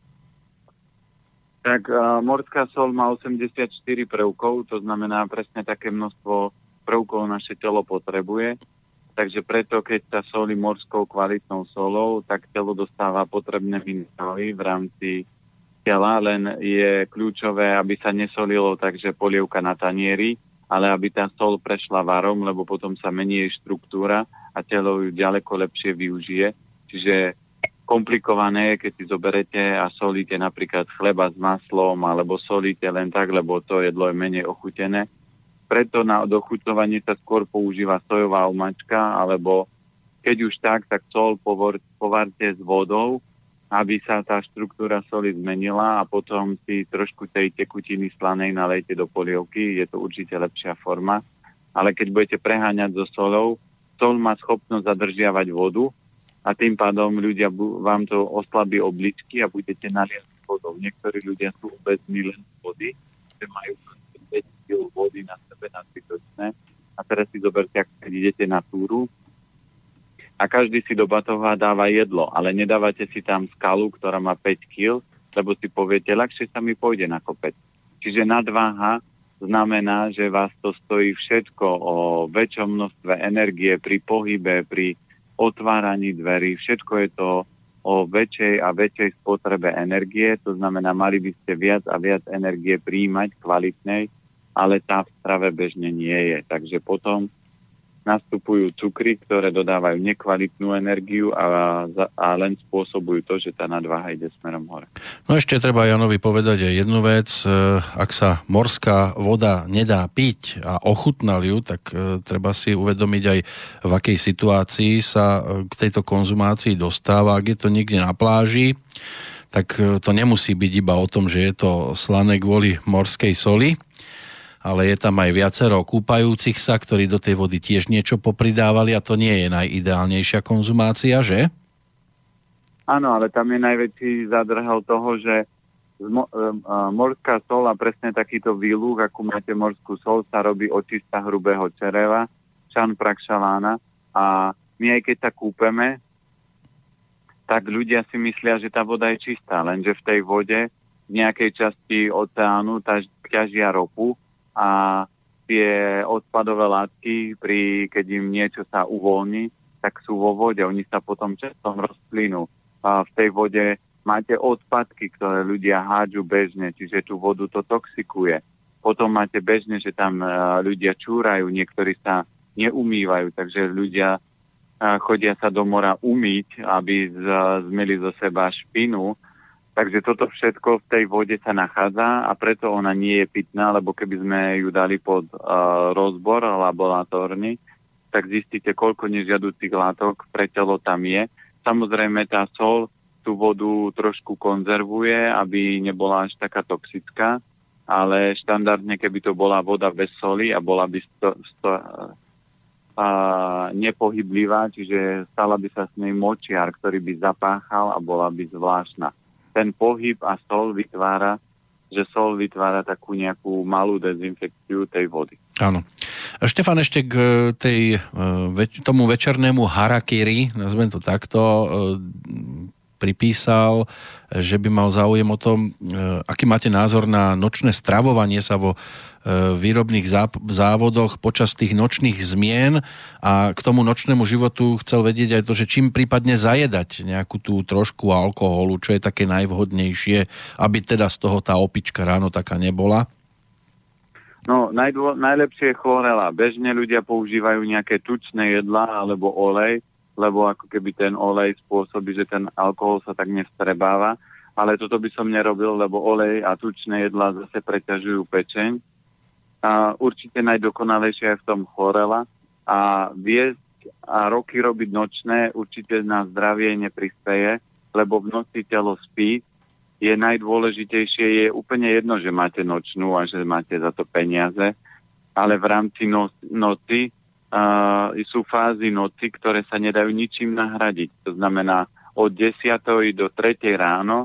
Tak uh, morská soľ má osemdesiatštyri prvkov, to znamená presne také množstvo prvkov naše telo potrebuje. Takže preto, keď sa solí morskou kvalitnou solou, tak telo dostáva potrebné minerály v rámci tela, len je kľúčové, aby sa nesolilo takže polievka na tanieri, ale aby tá sol prešla varom, lebo potom sa mení jej štruktúra a telo ju ďaleko lepšie využije. Čiže komplikované je, keď si zoberete a solíte napríklad chleba s maslom alebo solíte len tak, lebo to jedlo je menej ochutené. Preto na dochuťovanie sa skôr používa sojová omáčka, alebo keď už tak, tak sol povor, povarte s vodou, aby sa tá štruktúra soli zmenila a potom si trošku tej tekutiny slanej nalejte do polievky. Je to určite lepšia forma. Ale keď budete preháňať so solou, sol má schopnosť zadržiavať vodu a tým pádom ľudia vám to oslabí obličky a budete naliať vodou. Niektorí ľudia sú obezní len z vody, že majú päť kilogramov vody na sebe nadbytočné. A teraz si zoberte, keď idete na túru a každý si do batoha dáva jedlo, ale nedávate si tam skalu, ktorá má päť kilogramov, lebo si poviete, ľahšie sa mi pôjde na kopec. Čiže nadváha znamená, že vás to stojí všetko o väčšom množstve energie pri pohybe, pri otváraní dverí. Všetko je to o väčšej a väčšej spotrebe energie. To znamená, mali by ste viac a viac energie prijímať kvalitnej, ale tá v strave bežne nie je. Takže potom nastupujú cukry, ktoré dodávajú nekvalitnú energiu a, a len spôsobujú to, že tá nadváha ide smerom hore. No ešte treba Janovi povedať aj jednu vec. Ak sa morská voda nedá piť a ochutnal ju, tak treba si uvedomiť aj, v akej situácii sa k tejto konzumácii dostáva. Ak je to niekde na pláži, tak to nemusí byť iba o tom, že je to slané kvôli morskej soli, ale je tam aj viacero kúpajúcich sa, ktorí do tej vody tiež niečo popridávali a to nie je najideálnejšia konzumácia, že? Áno, ale tam je najväčší zadrhel toho, že mo- morská sol a presne takýto výluch, ako máte morskú sol, sa robí očista hrubého čreva, šanprakšalána a my aj keď sa kúpeme, tak ľudia si myslia, že tá voda je čistá, lenže v tej vode v nejakej časti oceánu ťažia ropu, a tie odpadové látky, pri, keď im niečo sa uvoľní, tak sú vo vode. Oni sa potom často rozplynú. A v tej vode máte odpadky, ktoré ľudia hádžu bežne, čiže tú vodu to toxikuje. Potom máte bežne, že tam ľudia čúrajú, niektorí sa neumývajú, takže ľudia chodia sa do mora umyť, aby zmeli zo seba špinu. Takže toto všetko v tej vode sa nachádza a preto ona nie je pitná, lebo keby sme ju dali pod uh, rozbor laboratórny, tak zistíte, koľko nežiaducich látok pre telo tam je. Samozrejme, tá sol tú vodu trošku konzervuje, aby nebola až taká toxická, ale štandardne, keby to bola voda bez soli a bola by sto, sto, a, nepohyblivá, čiže stala by sa s nej močiar, ktorý by zapáchal a bola by zvláštna. Ten pohyb a sol vytvára, že sol vytvára takú nejakú malú dezinfekciu tej vody. Áno. Štefan, ešte k tej, tomu večernému harakiri, nazvem to takto, pripísal, že by mal záujem o tom, aký máte názor na nočné stravovanie sa vo výrobných závodoch počas tých nočných zmien, a k tomu nočnému životu chcel vedieť aj to, že čím prípadne zajedať nejakú tú trošku alkoholu, čo je také najvhodnejšie, aby teda z toho tá opička ráno taká nebola. No, najdô, najlepšie je chlorela. Bežne ľudia používajú nejaké tučné jedlá alebo olej, lebo ako keby ten olej spôsobí, že ten alkohol sa tak nevstrebáva. Ale toto by som nerobil, lebo olej a tučné jedlá zase preťažujú pečeň. A určite najdokonalejšia je v tom chlorela. A viesť a roky robiť nočné určite na zdravie neprispeje, lebo v noci telo spí. Je najdôležitejšie, je úplne jedno, že máte nočnú a že máte za to peniaze, ale v rámci no- noci uh, sú fázy noci, ktoré sa nedajú ničím nahradiť. To znamená, od desiatej do tretej ráno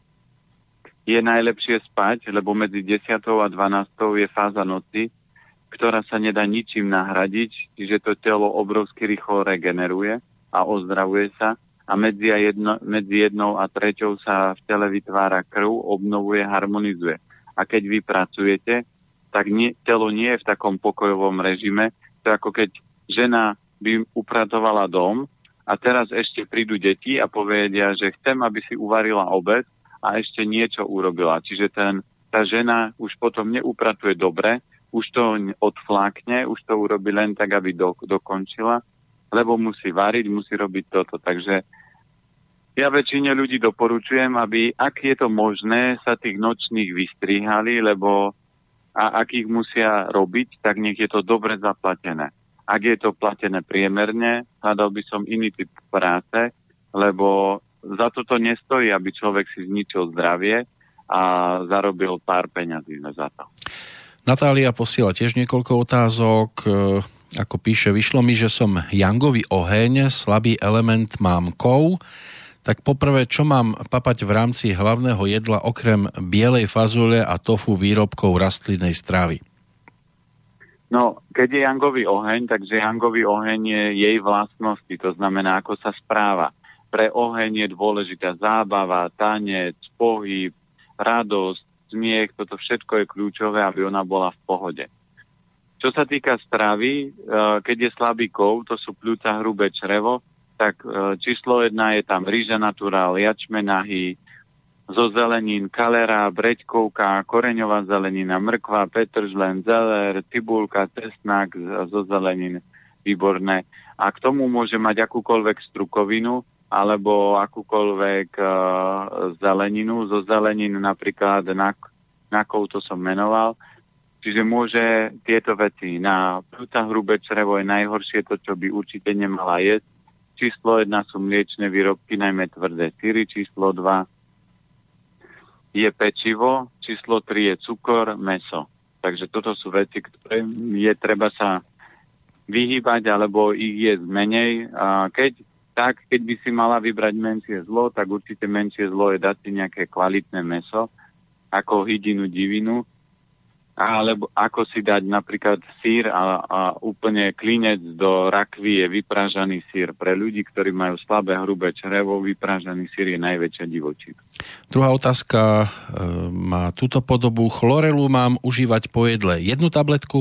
je najlepšie spať, lebo medzi desiatou a dvanástou je fáza noci, ktorá sa nedá ničím nahradiť, čiže to telo obrovsky rýchlo regeneruje a ozdravuje sa. A medzi, jedno, medzi jednou a treťou sa v tele vytvára krv, obnovuje, harmonizuje. A keď vy pracujete, tak nie, telo nie je v takom pokojovom režime. To je ako keď žena by upratovala dom a teraz ešte prídu deti a povedia, že chcem, aby si uvarila obed a ešte niečo urobila. Čiže ten, tá žena už potom neupratuje dobre, už to odflákne, už to urobí len tak, aby do, dokončila, lebo musí variť, musí robiť toto. Takže ja väčšine ľudí doporučujem, aby, ak je to možné, sa tých nočných vystrihali, lebo a ak ich musia robiť, tak nech je to dobre zaplatené. Ak je to platené priemerne, hľadal by som iný typ práce, lebo za toto nestojí, aby človek si zničil zdravie a zarobil pár peňazí za to. Natália posiela tiež niekoľko otázok. Ako píše, vyšlo mi, že som jangový oheň, slabý element mám kov. Tak poprvé, čo mám papať v rámci hlavného jedla okrem bielej fazule a tofu výrobkov rastlinnej stravy? No, keď je jangový oheň, takže jangový oheň je jej vlastnosti, to znamená, ako sa správa. Pre oheň je dôležitá zábava, tanec, pohyb, radosť, smiech, toto všetko je kľúčové, aby ona bola v pohode. Čo sa týka stravy, keď je slabý kov, to sú pľúca, hrubé črevo, tak číslo jedna je tam rýža naturál, jačmenahy, zo zelenín, kalera, breďkovka, koreňová zelenina, mrkva, petržlen, zeler, cibulka, cesnak zo zelenín, výborné. A k tomu môže mať akúkoľvek strukovinu alebo akúkoľvek uh, zeleninu. Zo zelenín napríklad nak, nakov, to som menoval. Čiže môže tieto veci. Na pľúca, hrubé črevo je najhoršie to, čo by určite nemala jesť. Číslo jedna sú mliečne výrobky, najmä tvrdé syry. Číslo dva je pečivo. Číslo tri je cukor, mäso. Takže toto sú veci, ktoré je treba sa vyhýbať, alebo ich jesť menej. A keď, tak, keď by si mala vybrať menšie zlo, tak určite menšie zlo je dať si nejaké kvalitné mäso, ako hydinu, divinu, alebo ako si dať napríklad sír a, a úplne klinec do rakvy je vypražaný sír. Pre ľudí, ktorí majú slabé hrubé črevo, vypražaný sír je najväčšia divočina. Druhá otázka e, má túto podobu. Chlorelu mám užívať po jedle jednu tabletku?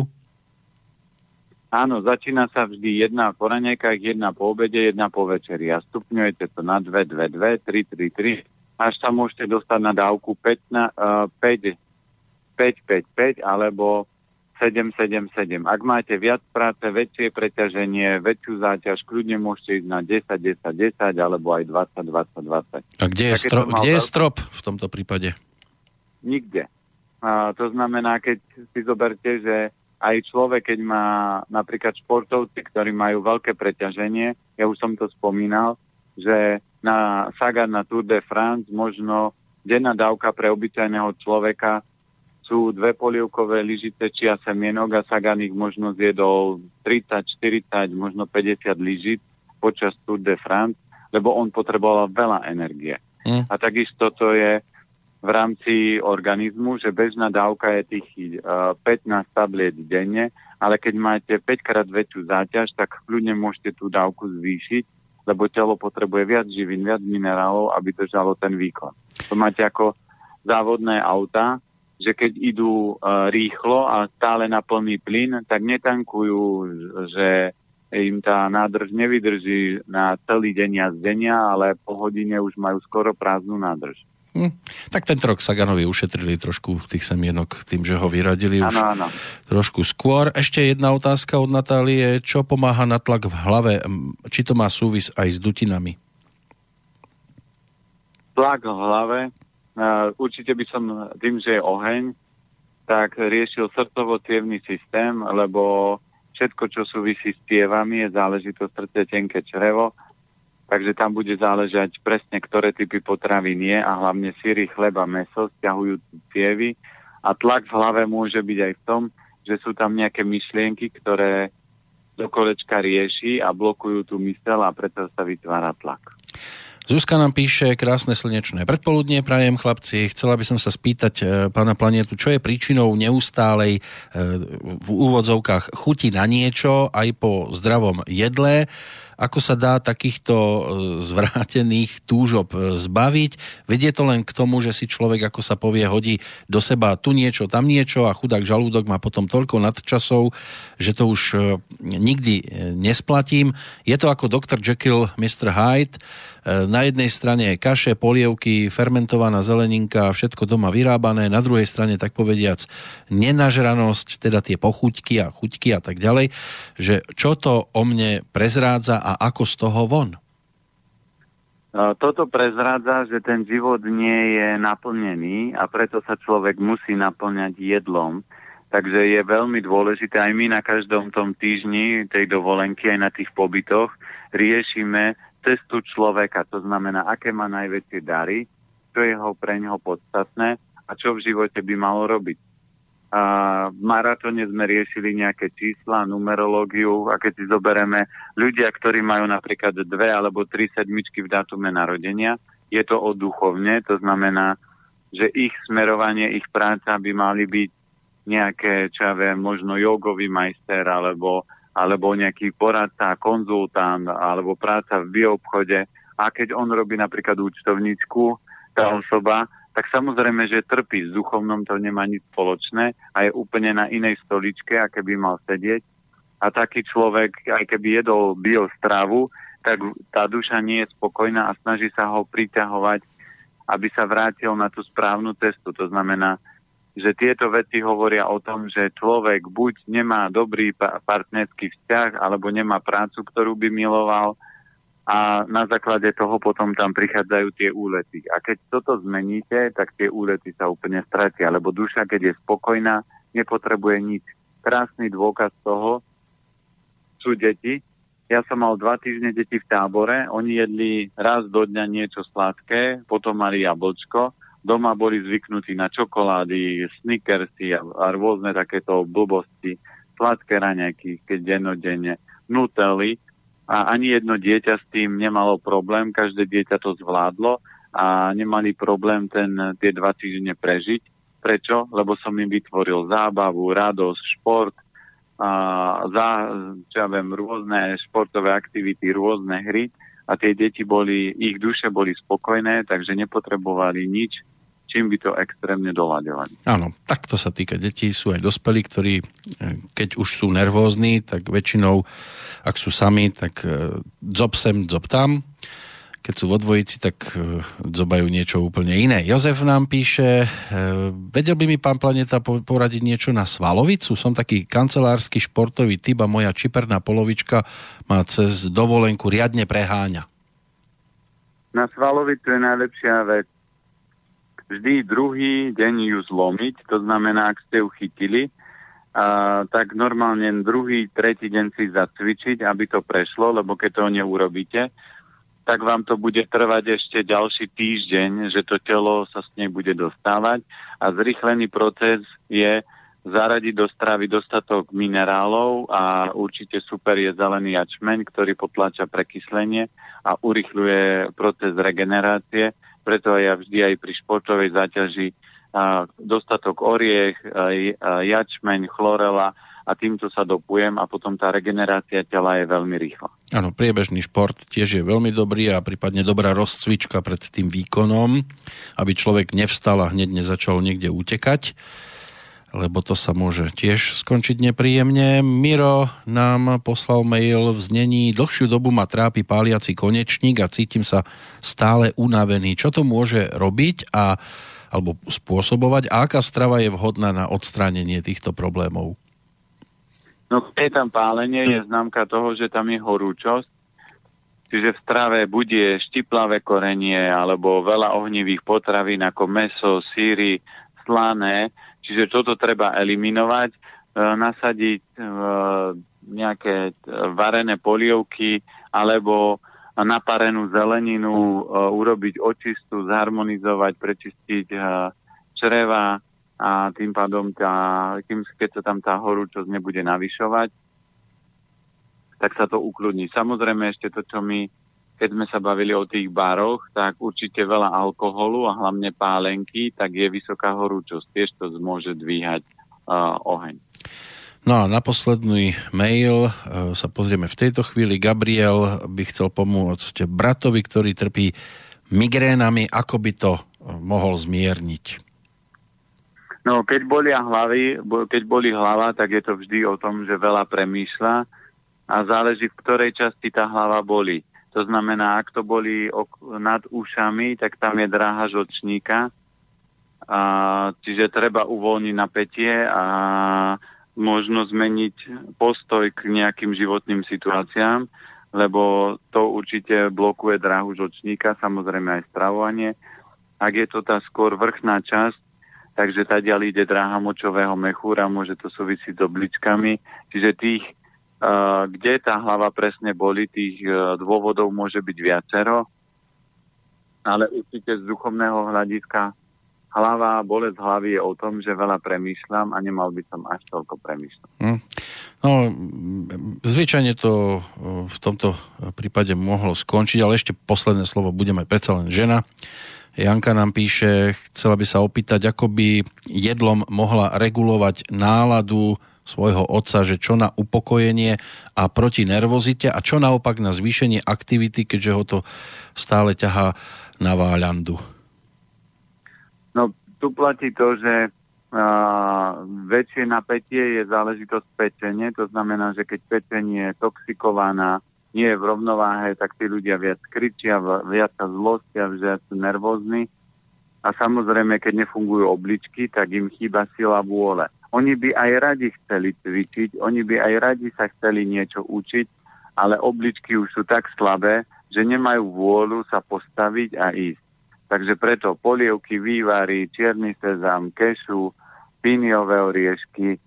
Áno, začína sa vždy jedna po raňajkách, jedna po obede, jedna po večeri. A stupňujete to na dve, dve, dve, tri, tri, tri. Až sa môžete dostať na dávku päť, päť, päť, päť, päť alebo sedem, sedem, sedem. Ak máte viac práce, väčšie preťaženie, väčšiu záťaž, kľudne môžete ísť na desať, desať, desať alebo aj dvadsať, dvadsať, dvadsať. A kde je, strop, kde je strop v tomto prípade? Nikde. A to znamená, keď si zoberte, že aj človek, keď má napríklad športovci, ktorí majú veľké preťaženie, ja už som to spomínal, že na Sagan na Tour de France možno denná dávka pre obyčajného človeka sú dve polievkové lyžice čia semienok a Sagan ich možno zjedol tridsať, štyridsať, možno päťdesiat lyžic počas Tour de France, lebo on potreboval veľa energie. Mm. A takisto to je v rámci organizmu, že bežná dávka je tých uh, pätnásť tabliet denne, ale keď máte päťkrát väčšiu záťaž, tak kľudne môžete tú dávku zvýšiť, lebo telo potrebuje viac živín, viac minerálov, aby držalo ten výkon. To máte ako závodné autá, že keď idú uh, rýchlo a stále na plný plyn, tak netankujú, že im tá nádrž nevydrží na celý deň jazdenia, ale po hodine už majú skoro prázdnu nádrž. Hm. Tak tento rok Saganovi ušetrili trošku tých semienok tým, že ho vyradili už ano, ano. trošku skôr. Ešte jedna otázka od Natálie. Čo pomáha na tlak v hlave? Či to má súvis aj s dutinami? Tlak v hlave? Uh, určite by som tým, že je oheň, tak riešil srdcovo-cievny systém, lebo všetko, čo súvisí s cievami, je záležitosť srdce, tenké črevo, takže tam bude záležať presne, ktoré typy potravín je a hlavne syry, chleba, mäso stiahujú cievy a tlak v hlave môže byť aj v tom, že sú tam nejaké myšlienky, ktoré do kolečka rieši a blokujú tú myseľ a preto sa vytvára tlak. Zuzka nám píše: krásne slnečné predpoludnie prajem, chlapci. Chcela by som sa spýtať e, pána Planetu, čo je príčinou neustálej e, v úvodzovkách chuti na niečo aj po zdravom jedle. Ako sa dá takýchto zvrátených túžob zbaviť? Vedie to len k tomu, že si človek, ako sa povie, hodí do seba tu niečo, tam niečo a chudák žalúdok má potom toľko nadčasov, že to už nikdy nesplatím. Je to ako doktor Jekyll, mister Hyde. Na jednej strane kaše, polievky, fermentovaná zeleninka, všetko doma vyrábané, na druhej strane, tak povediac, nenažranosť, teda tie pochuťky a chuťky a tak ďalej, že čo to o mne prezrádza a ako z toho von? Toto prezrádza, že ten život nie je naplnený a preto sa človek musí naplňať jedlom. Takže je veľmi dôležité, aj my na každom tom týždni tej dovolenky, aj na tých pobytoch, riešime cestu človeka, to znamená, aké má najväčšie dary, čo je ho pre neho podstatné a čo v živote by malo robiť. A v maratóne sme riešili nejaké čísla, numerológiu a keď si zoberieme ľudia, ktorí majú napríklad dve alebo tri sedmičky v dátume narodenia, je to o duchovne, to znamená, že ich smerovanie, ich práca by mali byť nejaké, čo ja viem, možno jogový majster alebo alebo nejaký poradca, konzultant, alebo práca v bioobchode. A keď on robí napríklad účtovníčku, tá osoba, tak samozrejme, že trpí. S duchovnom to nemá nič spoločné a je úplne na inej stoličke, aké by mal sedieť. A taký človek, aj keby jedol biostravu, tak tá duša nie je spokojná a snaží sa ho priťahovať, aby sa vrátil na tú správnu cestu. To znamená, že tieto veci hovoria o tom, že človek buď nemá dobrý partnerský vzťah, alebo nemá prácu, ktorú by miloval a na základe toho potom tam prichádzajú tie úlety. A keď toto zmeníte, tak tie úlety sa úplne stratia, lebo duša, keď je spokojná, nepotrebuje nič. Krásny dôkaz toho sú deti. Ja som mal dva týždne deti v tábore, oni jedli raz do dňa niečo sladké, potom mali jablčko. Doma boli zvyknutí na čokolády, snickersy a, a rôzne takéto blbosti, sladké raňajky, keď dennodenne, nutelly a ani jedno dieťa s tým nemalo problém, každé dieťa to zvládlo a nemali problém ten, tie dva týždne prežiť. Prečo? Lebo som im vytvoril zábavu, radosť, šport, a za, čo ja viem, rôzne športové aktivity, rôzne hry a tie deti boli, ich duše boli spokojné, takže nepotrebovali nič, čím by to extrémne doľaďovali. Áno, tak to sa týka detí, sú aj dospelí, ktorí keď už sú nervózni, tak väčšinou, ak sú sami, tak dzob sem, dzob tam. Keď sú vo dvojici, tak dzobajú niečo úplne iné. Jozef nám píše: vedel by mi pán Planeta poradiť niečo na svalovicu? Som taký kancelársky športový typ a moja čiperná polovička ma cez dovolenku riadne preháňa. Na svalovicu je najlepšia vec vždy druhý deň ju zlomiť, to znamená, ak ste ju chytili, a, tak normálne druhý, tretí deň si zacvičiť, aby to prešlo, lebo keď to neurobíte, tak vám to bude trvať ešte ďalší týždeň, že to telo sa s nej bude dostávať a zrýchlený proces je zaradiť do stravy dostatok minerálov a určite super je zelený jačmeň, ktorý potláča prekyslenie a urychľuje proces regenerácie. Preto ja vždy aj pri športovej záťaži a, dostatok oriech, aj, a, jačmeň, chlorela a týmto sa dopujem a potom tá regenerácia tela je veľmi rýchla. Áno, priebežný šport tiež je veľmi dobrý a prípadne dobrá rozcvička pred tým výkonom, aby človek nevstal a hneď nezačal niekde utekať, lebo to sa môže tiež skončiť nepríjemne. Miro nám poslal mail v znení: dlhšiu dobu ma trápi páliaci konečník a cítim sa stále unavený. Čo to môže robiť a, alebo spôsobovať a aká strava je vhodná na odstránenie týchto problémov? No, keď je tam pálenie, je známka toho, že tam je horúčosť. Čiže v strave bude štiplavé korenie alebo veľa ohnivých potravín ako mäso, syry, slané. Čiže toto treba eliminovať, e, nasadiť e, nejaké varené polievky alebo naparenú zeleninu, e, urobiť očistu, zharmonizovať, prečistiť e, čreva a tým pádom, tá, kým, keď sa tam tá horúčosť nebude navyšovať, tak sa to ukludní. Samozrejme ešte to, čo my, keď sme sa bavili o tých baroch, tak určite veľa alkoholu a hlavne pálenky, tak je vysoká horúčosť. Tiež to môže dvíhať uh, oheň. No a na posledný mail uh, sa pozrieme v tejto chvíli. Gabriel by chcel pomôcť bratovi, ktorý trpí migrénami. Ako by to mohol zmierniť? No, keď bolia hlavy, keď boli hlava, tak je to vždy o tom, že veľa premýšľa a záleží, v ktorej časti tá hlava bolí. To znamená, ak to boli ok- nad ušami, tak tam je dráha žlčníka. A, čiže treba uvoľniť napätie a možno zmeniť postoj k nejakým životným situáciám, lebo to určite blokuje dráhu žlčníka, samozrejme aj stravovanie. Ak je to tá skôr vrchná časť, takže tadiaľ ide dráha močového mechúra, môže to súvisiť s obličkami. Čiže tých, uh, kde tá hlava presne boli, tých uh, dôvodov môže byť viacero, ale určite z duchovného hľadiska hlava, bolesť hlavy je o tom, že veľa premýšľam a nemal by som až toľko premýšľať. Hmm. No, zvyčajne to v tomto prípade mohlo skončiť, ale ešte posledné slovo bude mať predsa len žena. Janka nám píše, chcela by sa opýtať, ako by jedlom mohla regulovať náladu svojho otca, že čo na upokojenie a proti nervozite a čo naopak na zvýšenie aktivity, keďže ho to stále ťahá na váľandu. No, tu platí to, že uh, väčšie napätie je záležitosť pečenie, to znamená, že keď pečenie je toxikovaná, nie je v rovnováhe, tak tí ľudia viac kričia, viac sa zlostia, viac sú nervózni. A samozrejme, keď nefungujú obličky, tak im chýba sila vôle. Oni by aj radi chceli cvičiť, oni by aj radi sa chceli niečo učiť, ale obličky už sú tak slabé, že nemajú vôľu sa postaviť a ísť. Takže preto polievky, vývary, čierny sezam, kešu, píniové oriešky,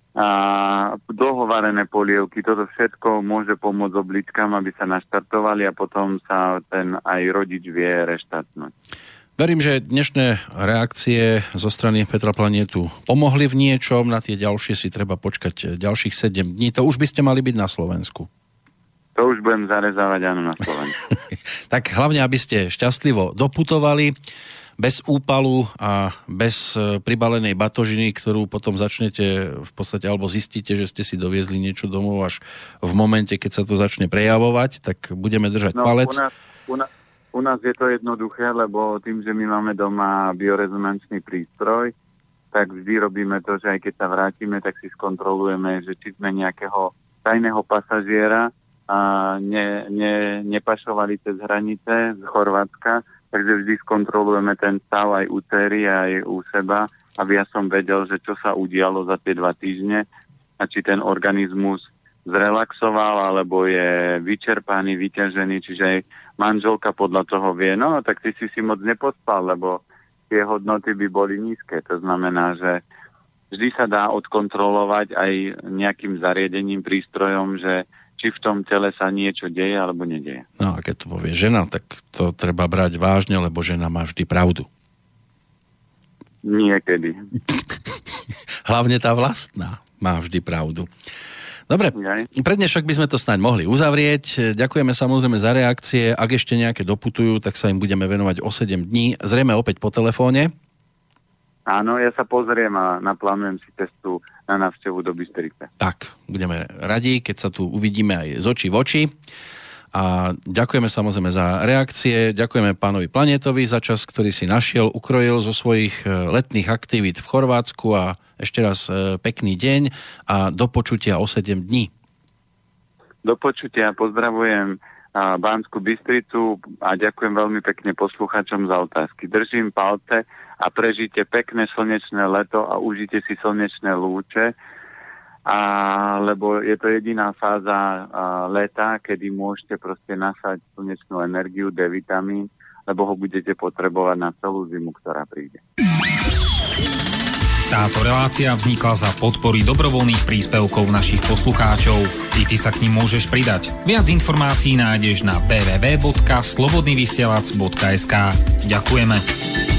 a dlhovarené polievky, toto všetko môže pomôcť obličkám, aby sa naštartovali a potom sa ten aj rodič vie reštartnúť. Verím, že dnešné reakcie zo strany Petra Planétu pomohli v niečom, na tie ďalšie si treba počkať ďalších sedem dní. To už by ste mali byť na Slovensku. To už budem zarezávať, áno, na Slovensku. Tak hlavne, aby ste šťastlivo doputovali, bez úpalu a bez pribalenej batožiny, ktorú potom začnete v podstate, alebo zistíte, že ste si doviezli niečo domov až v momente, keď sa to začne prejavovať, tak budeme držať no, palec. U nás, u, nás, u nás je to jednoduché, lebo tým, že my máme doma biorezonančný prístroj, tak vždy robíme to, že aj keď sa vrátime, tak si skontrolujeme, že či sme nejakého tajného pasažiera a ne, ne, nepašovali cez hranice z Chorvátska, takže vždy skontrolujeme ten stav aj u dcery, aj u seba, aby ja som vedel, že čo sa udialo za tie dva týždne a či ten organizmus zrelaxoval, alebo je vyčerpaný, vyťažený, čiže aj manželka podľa toho vie, no tak ty si si moc nepospal, lebo tie hodnoty by boli nízke. To znamená, že vždy sa dá odkontrolovať aj nejakým zariadením, prístrojom, že či v tom tele sa niečo deje alebo nedieje. No a keď to povie žena, tak to treba brať vážne, lebo žena má vždy pravdu. Niekedy. Hlavne tá vlastná má vždy pravdu. Dobre, pre dnešok by sme to snáď mohli uzavrieť. Ďakujeme samozrejme za reakcie. Ak ešte nejaké doputujú, tak sa im budeme venovať o sedem dní. Zrejme opäť po telefóne. Áno, ja sa pozriem a naplánujem si cestu na návštevu do Bystrice. Tak, budeme radi, keď sa tu uvidíme aj z očí v oči. A ďakujeme samozrejme za reakcie. Ďakujeme pánovi Planétovi za čas, ktorý si našiel, ukrojil zo svojich letných aktivít v Chorvátsku a ešte raz pekný deň a do počutia o sedem dní. Do počutia, pozdravujem Banskú Bystricu a ďakujem veľmi pekne poslucháčom za otázky. Držím palce a prežite pekné slnečné leto a užite si slnečné lúče, a, lebo je to jediná fáza a, leta, kedy môžete proste nasať slnečnú energiu, D-vitamín, lebo ho budete potrebovať na celú zimu, ktorá príde. Táto relácia vznikla za podpory dobrovoľných príspevkov našich poslucháčov. I ty sa k nim môžeš pridať. Viac informácií nájdeš na w w w bodka slobodnyvysielac bodka es ka. Ďakujeme.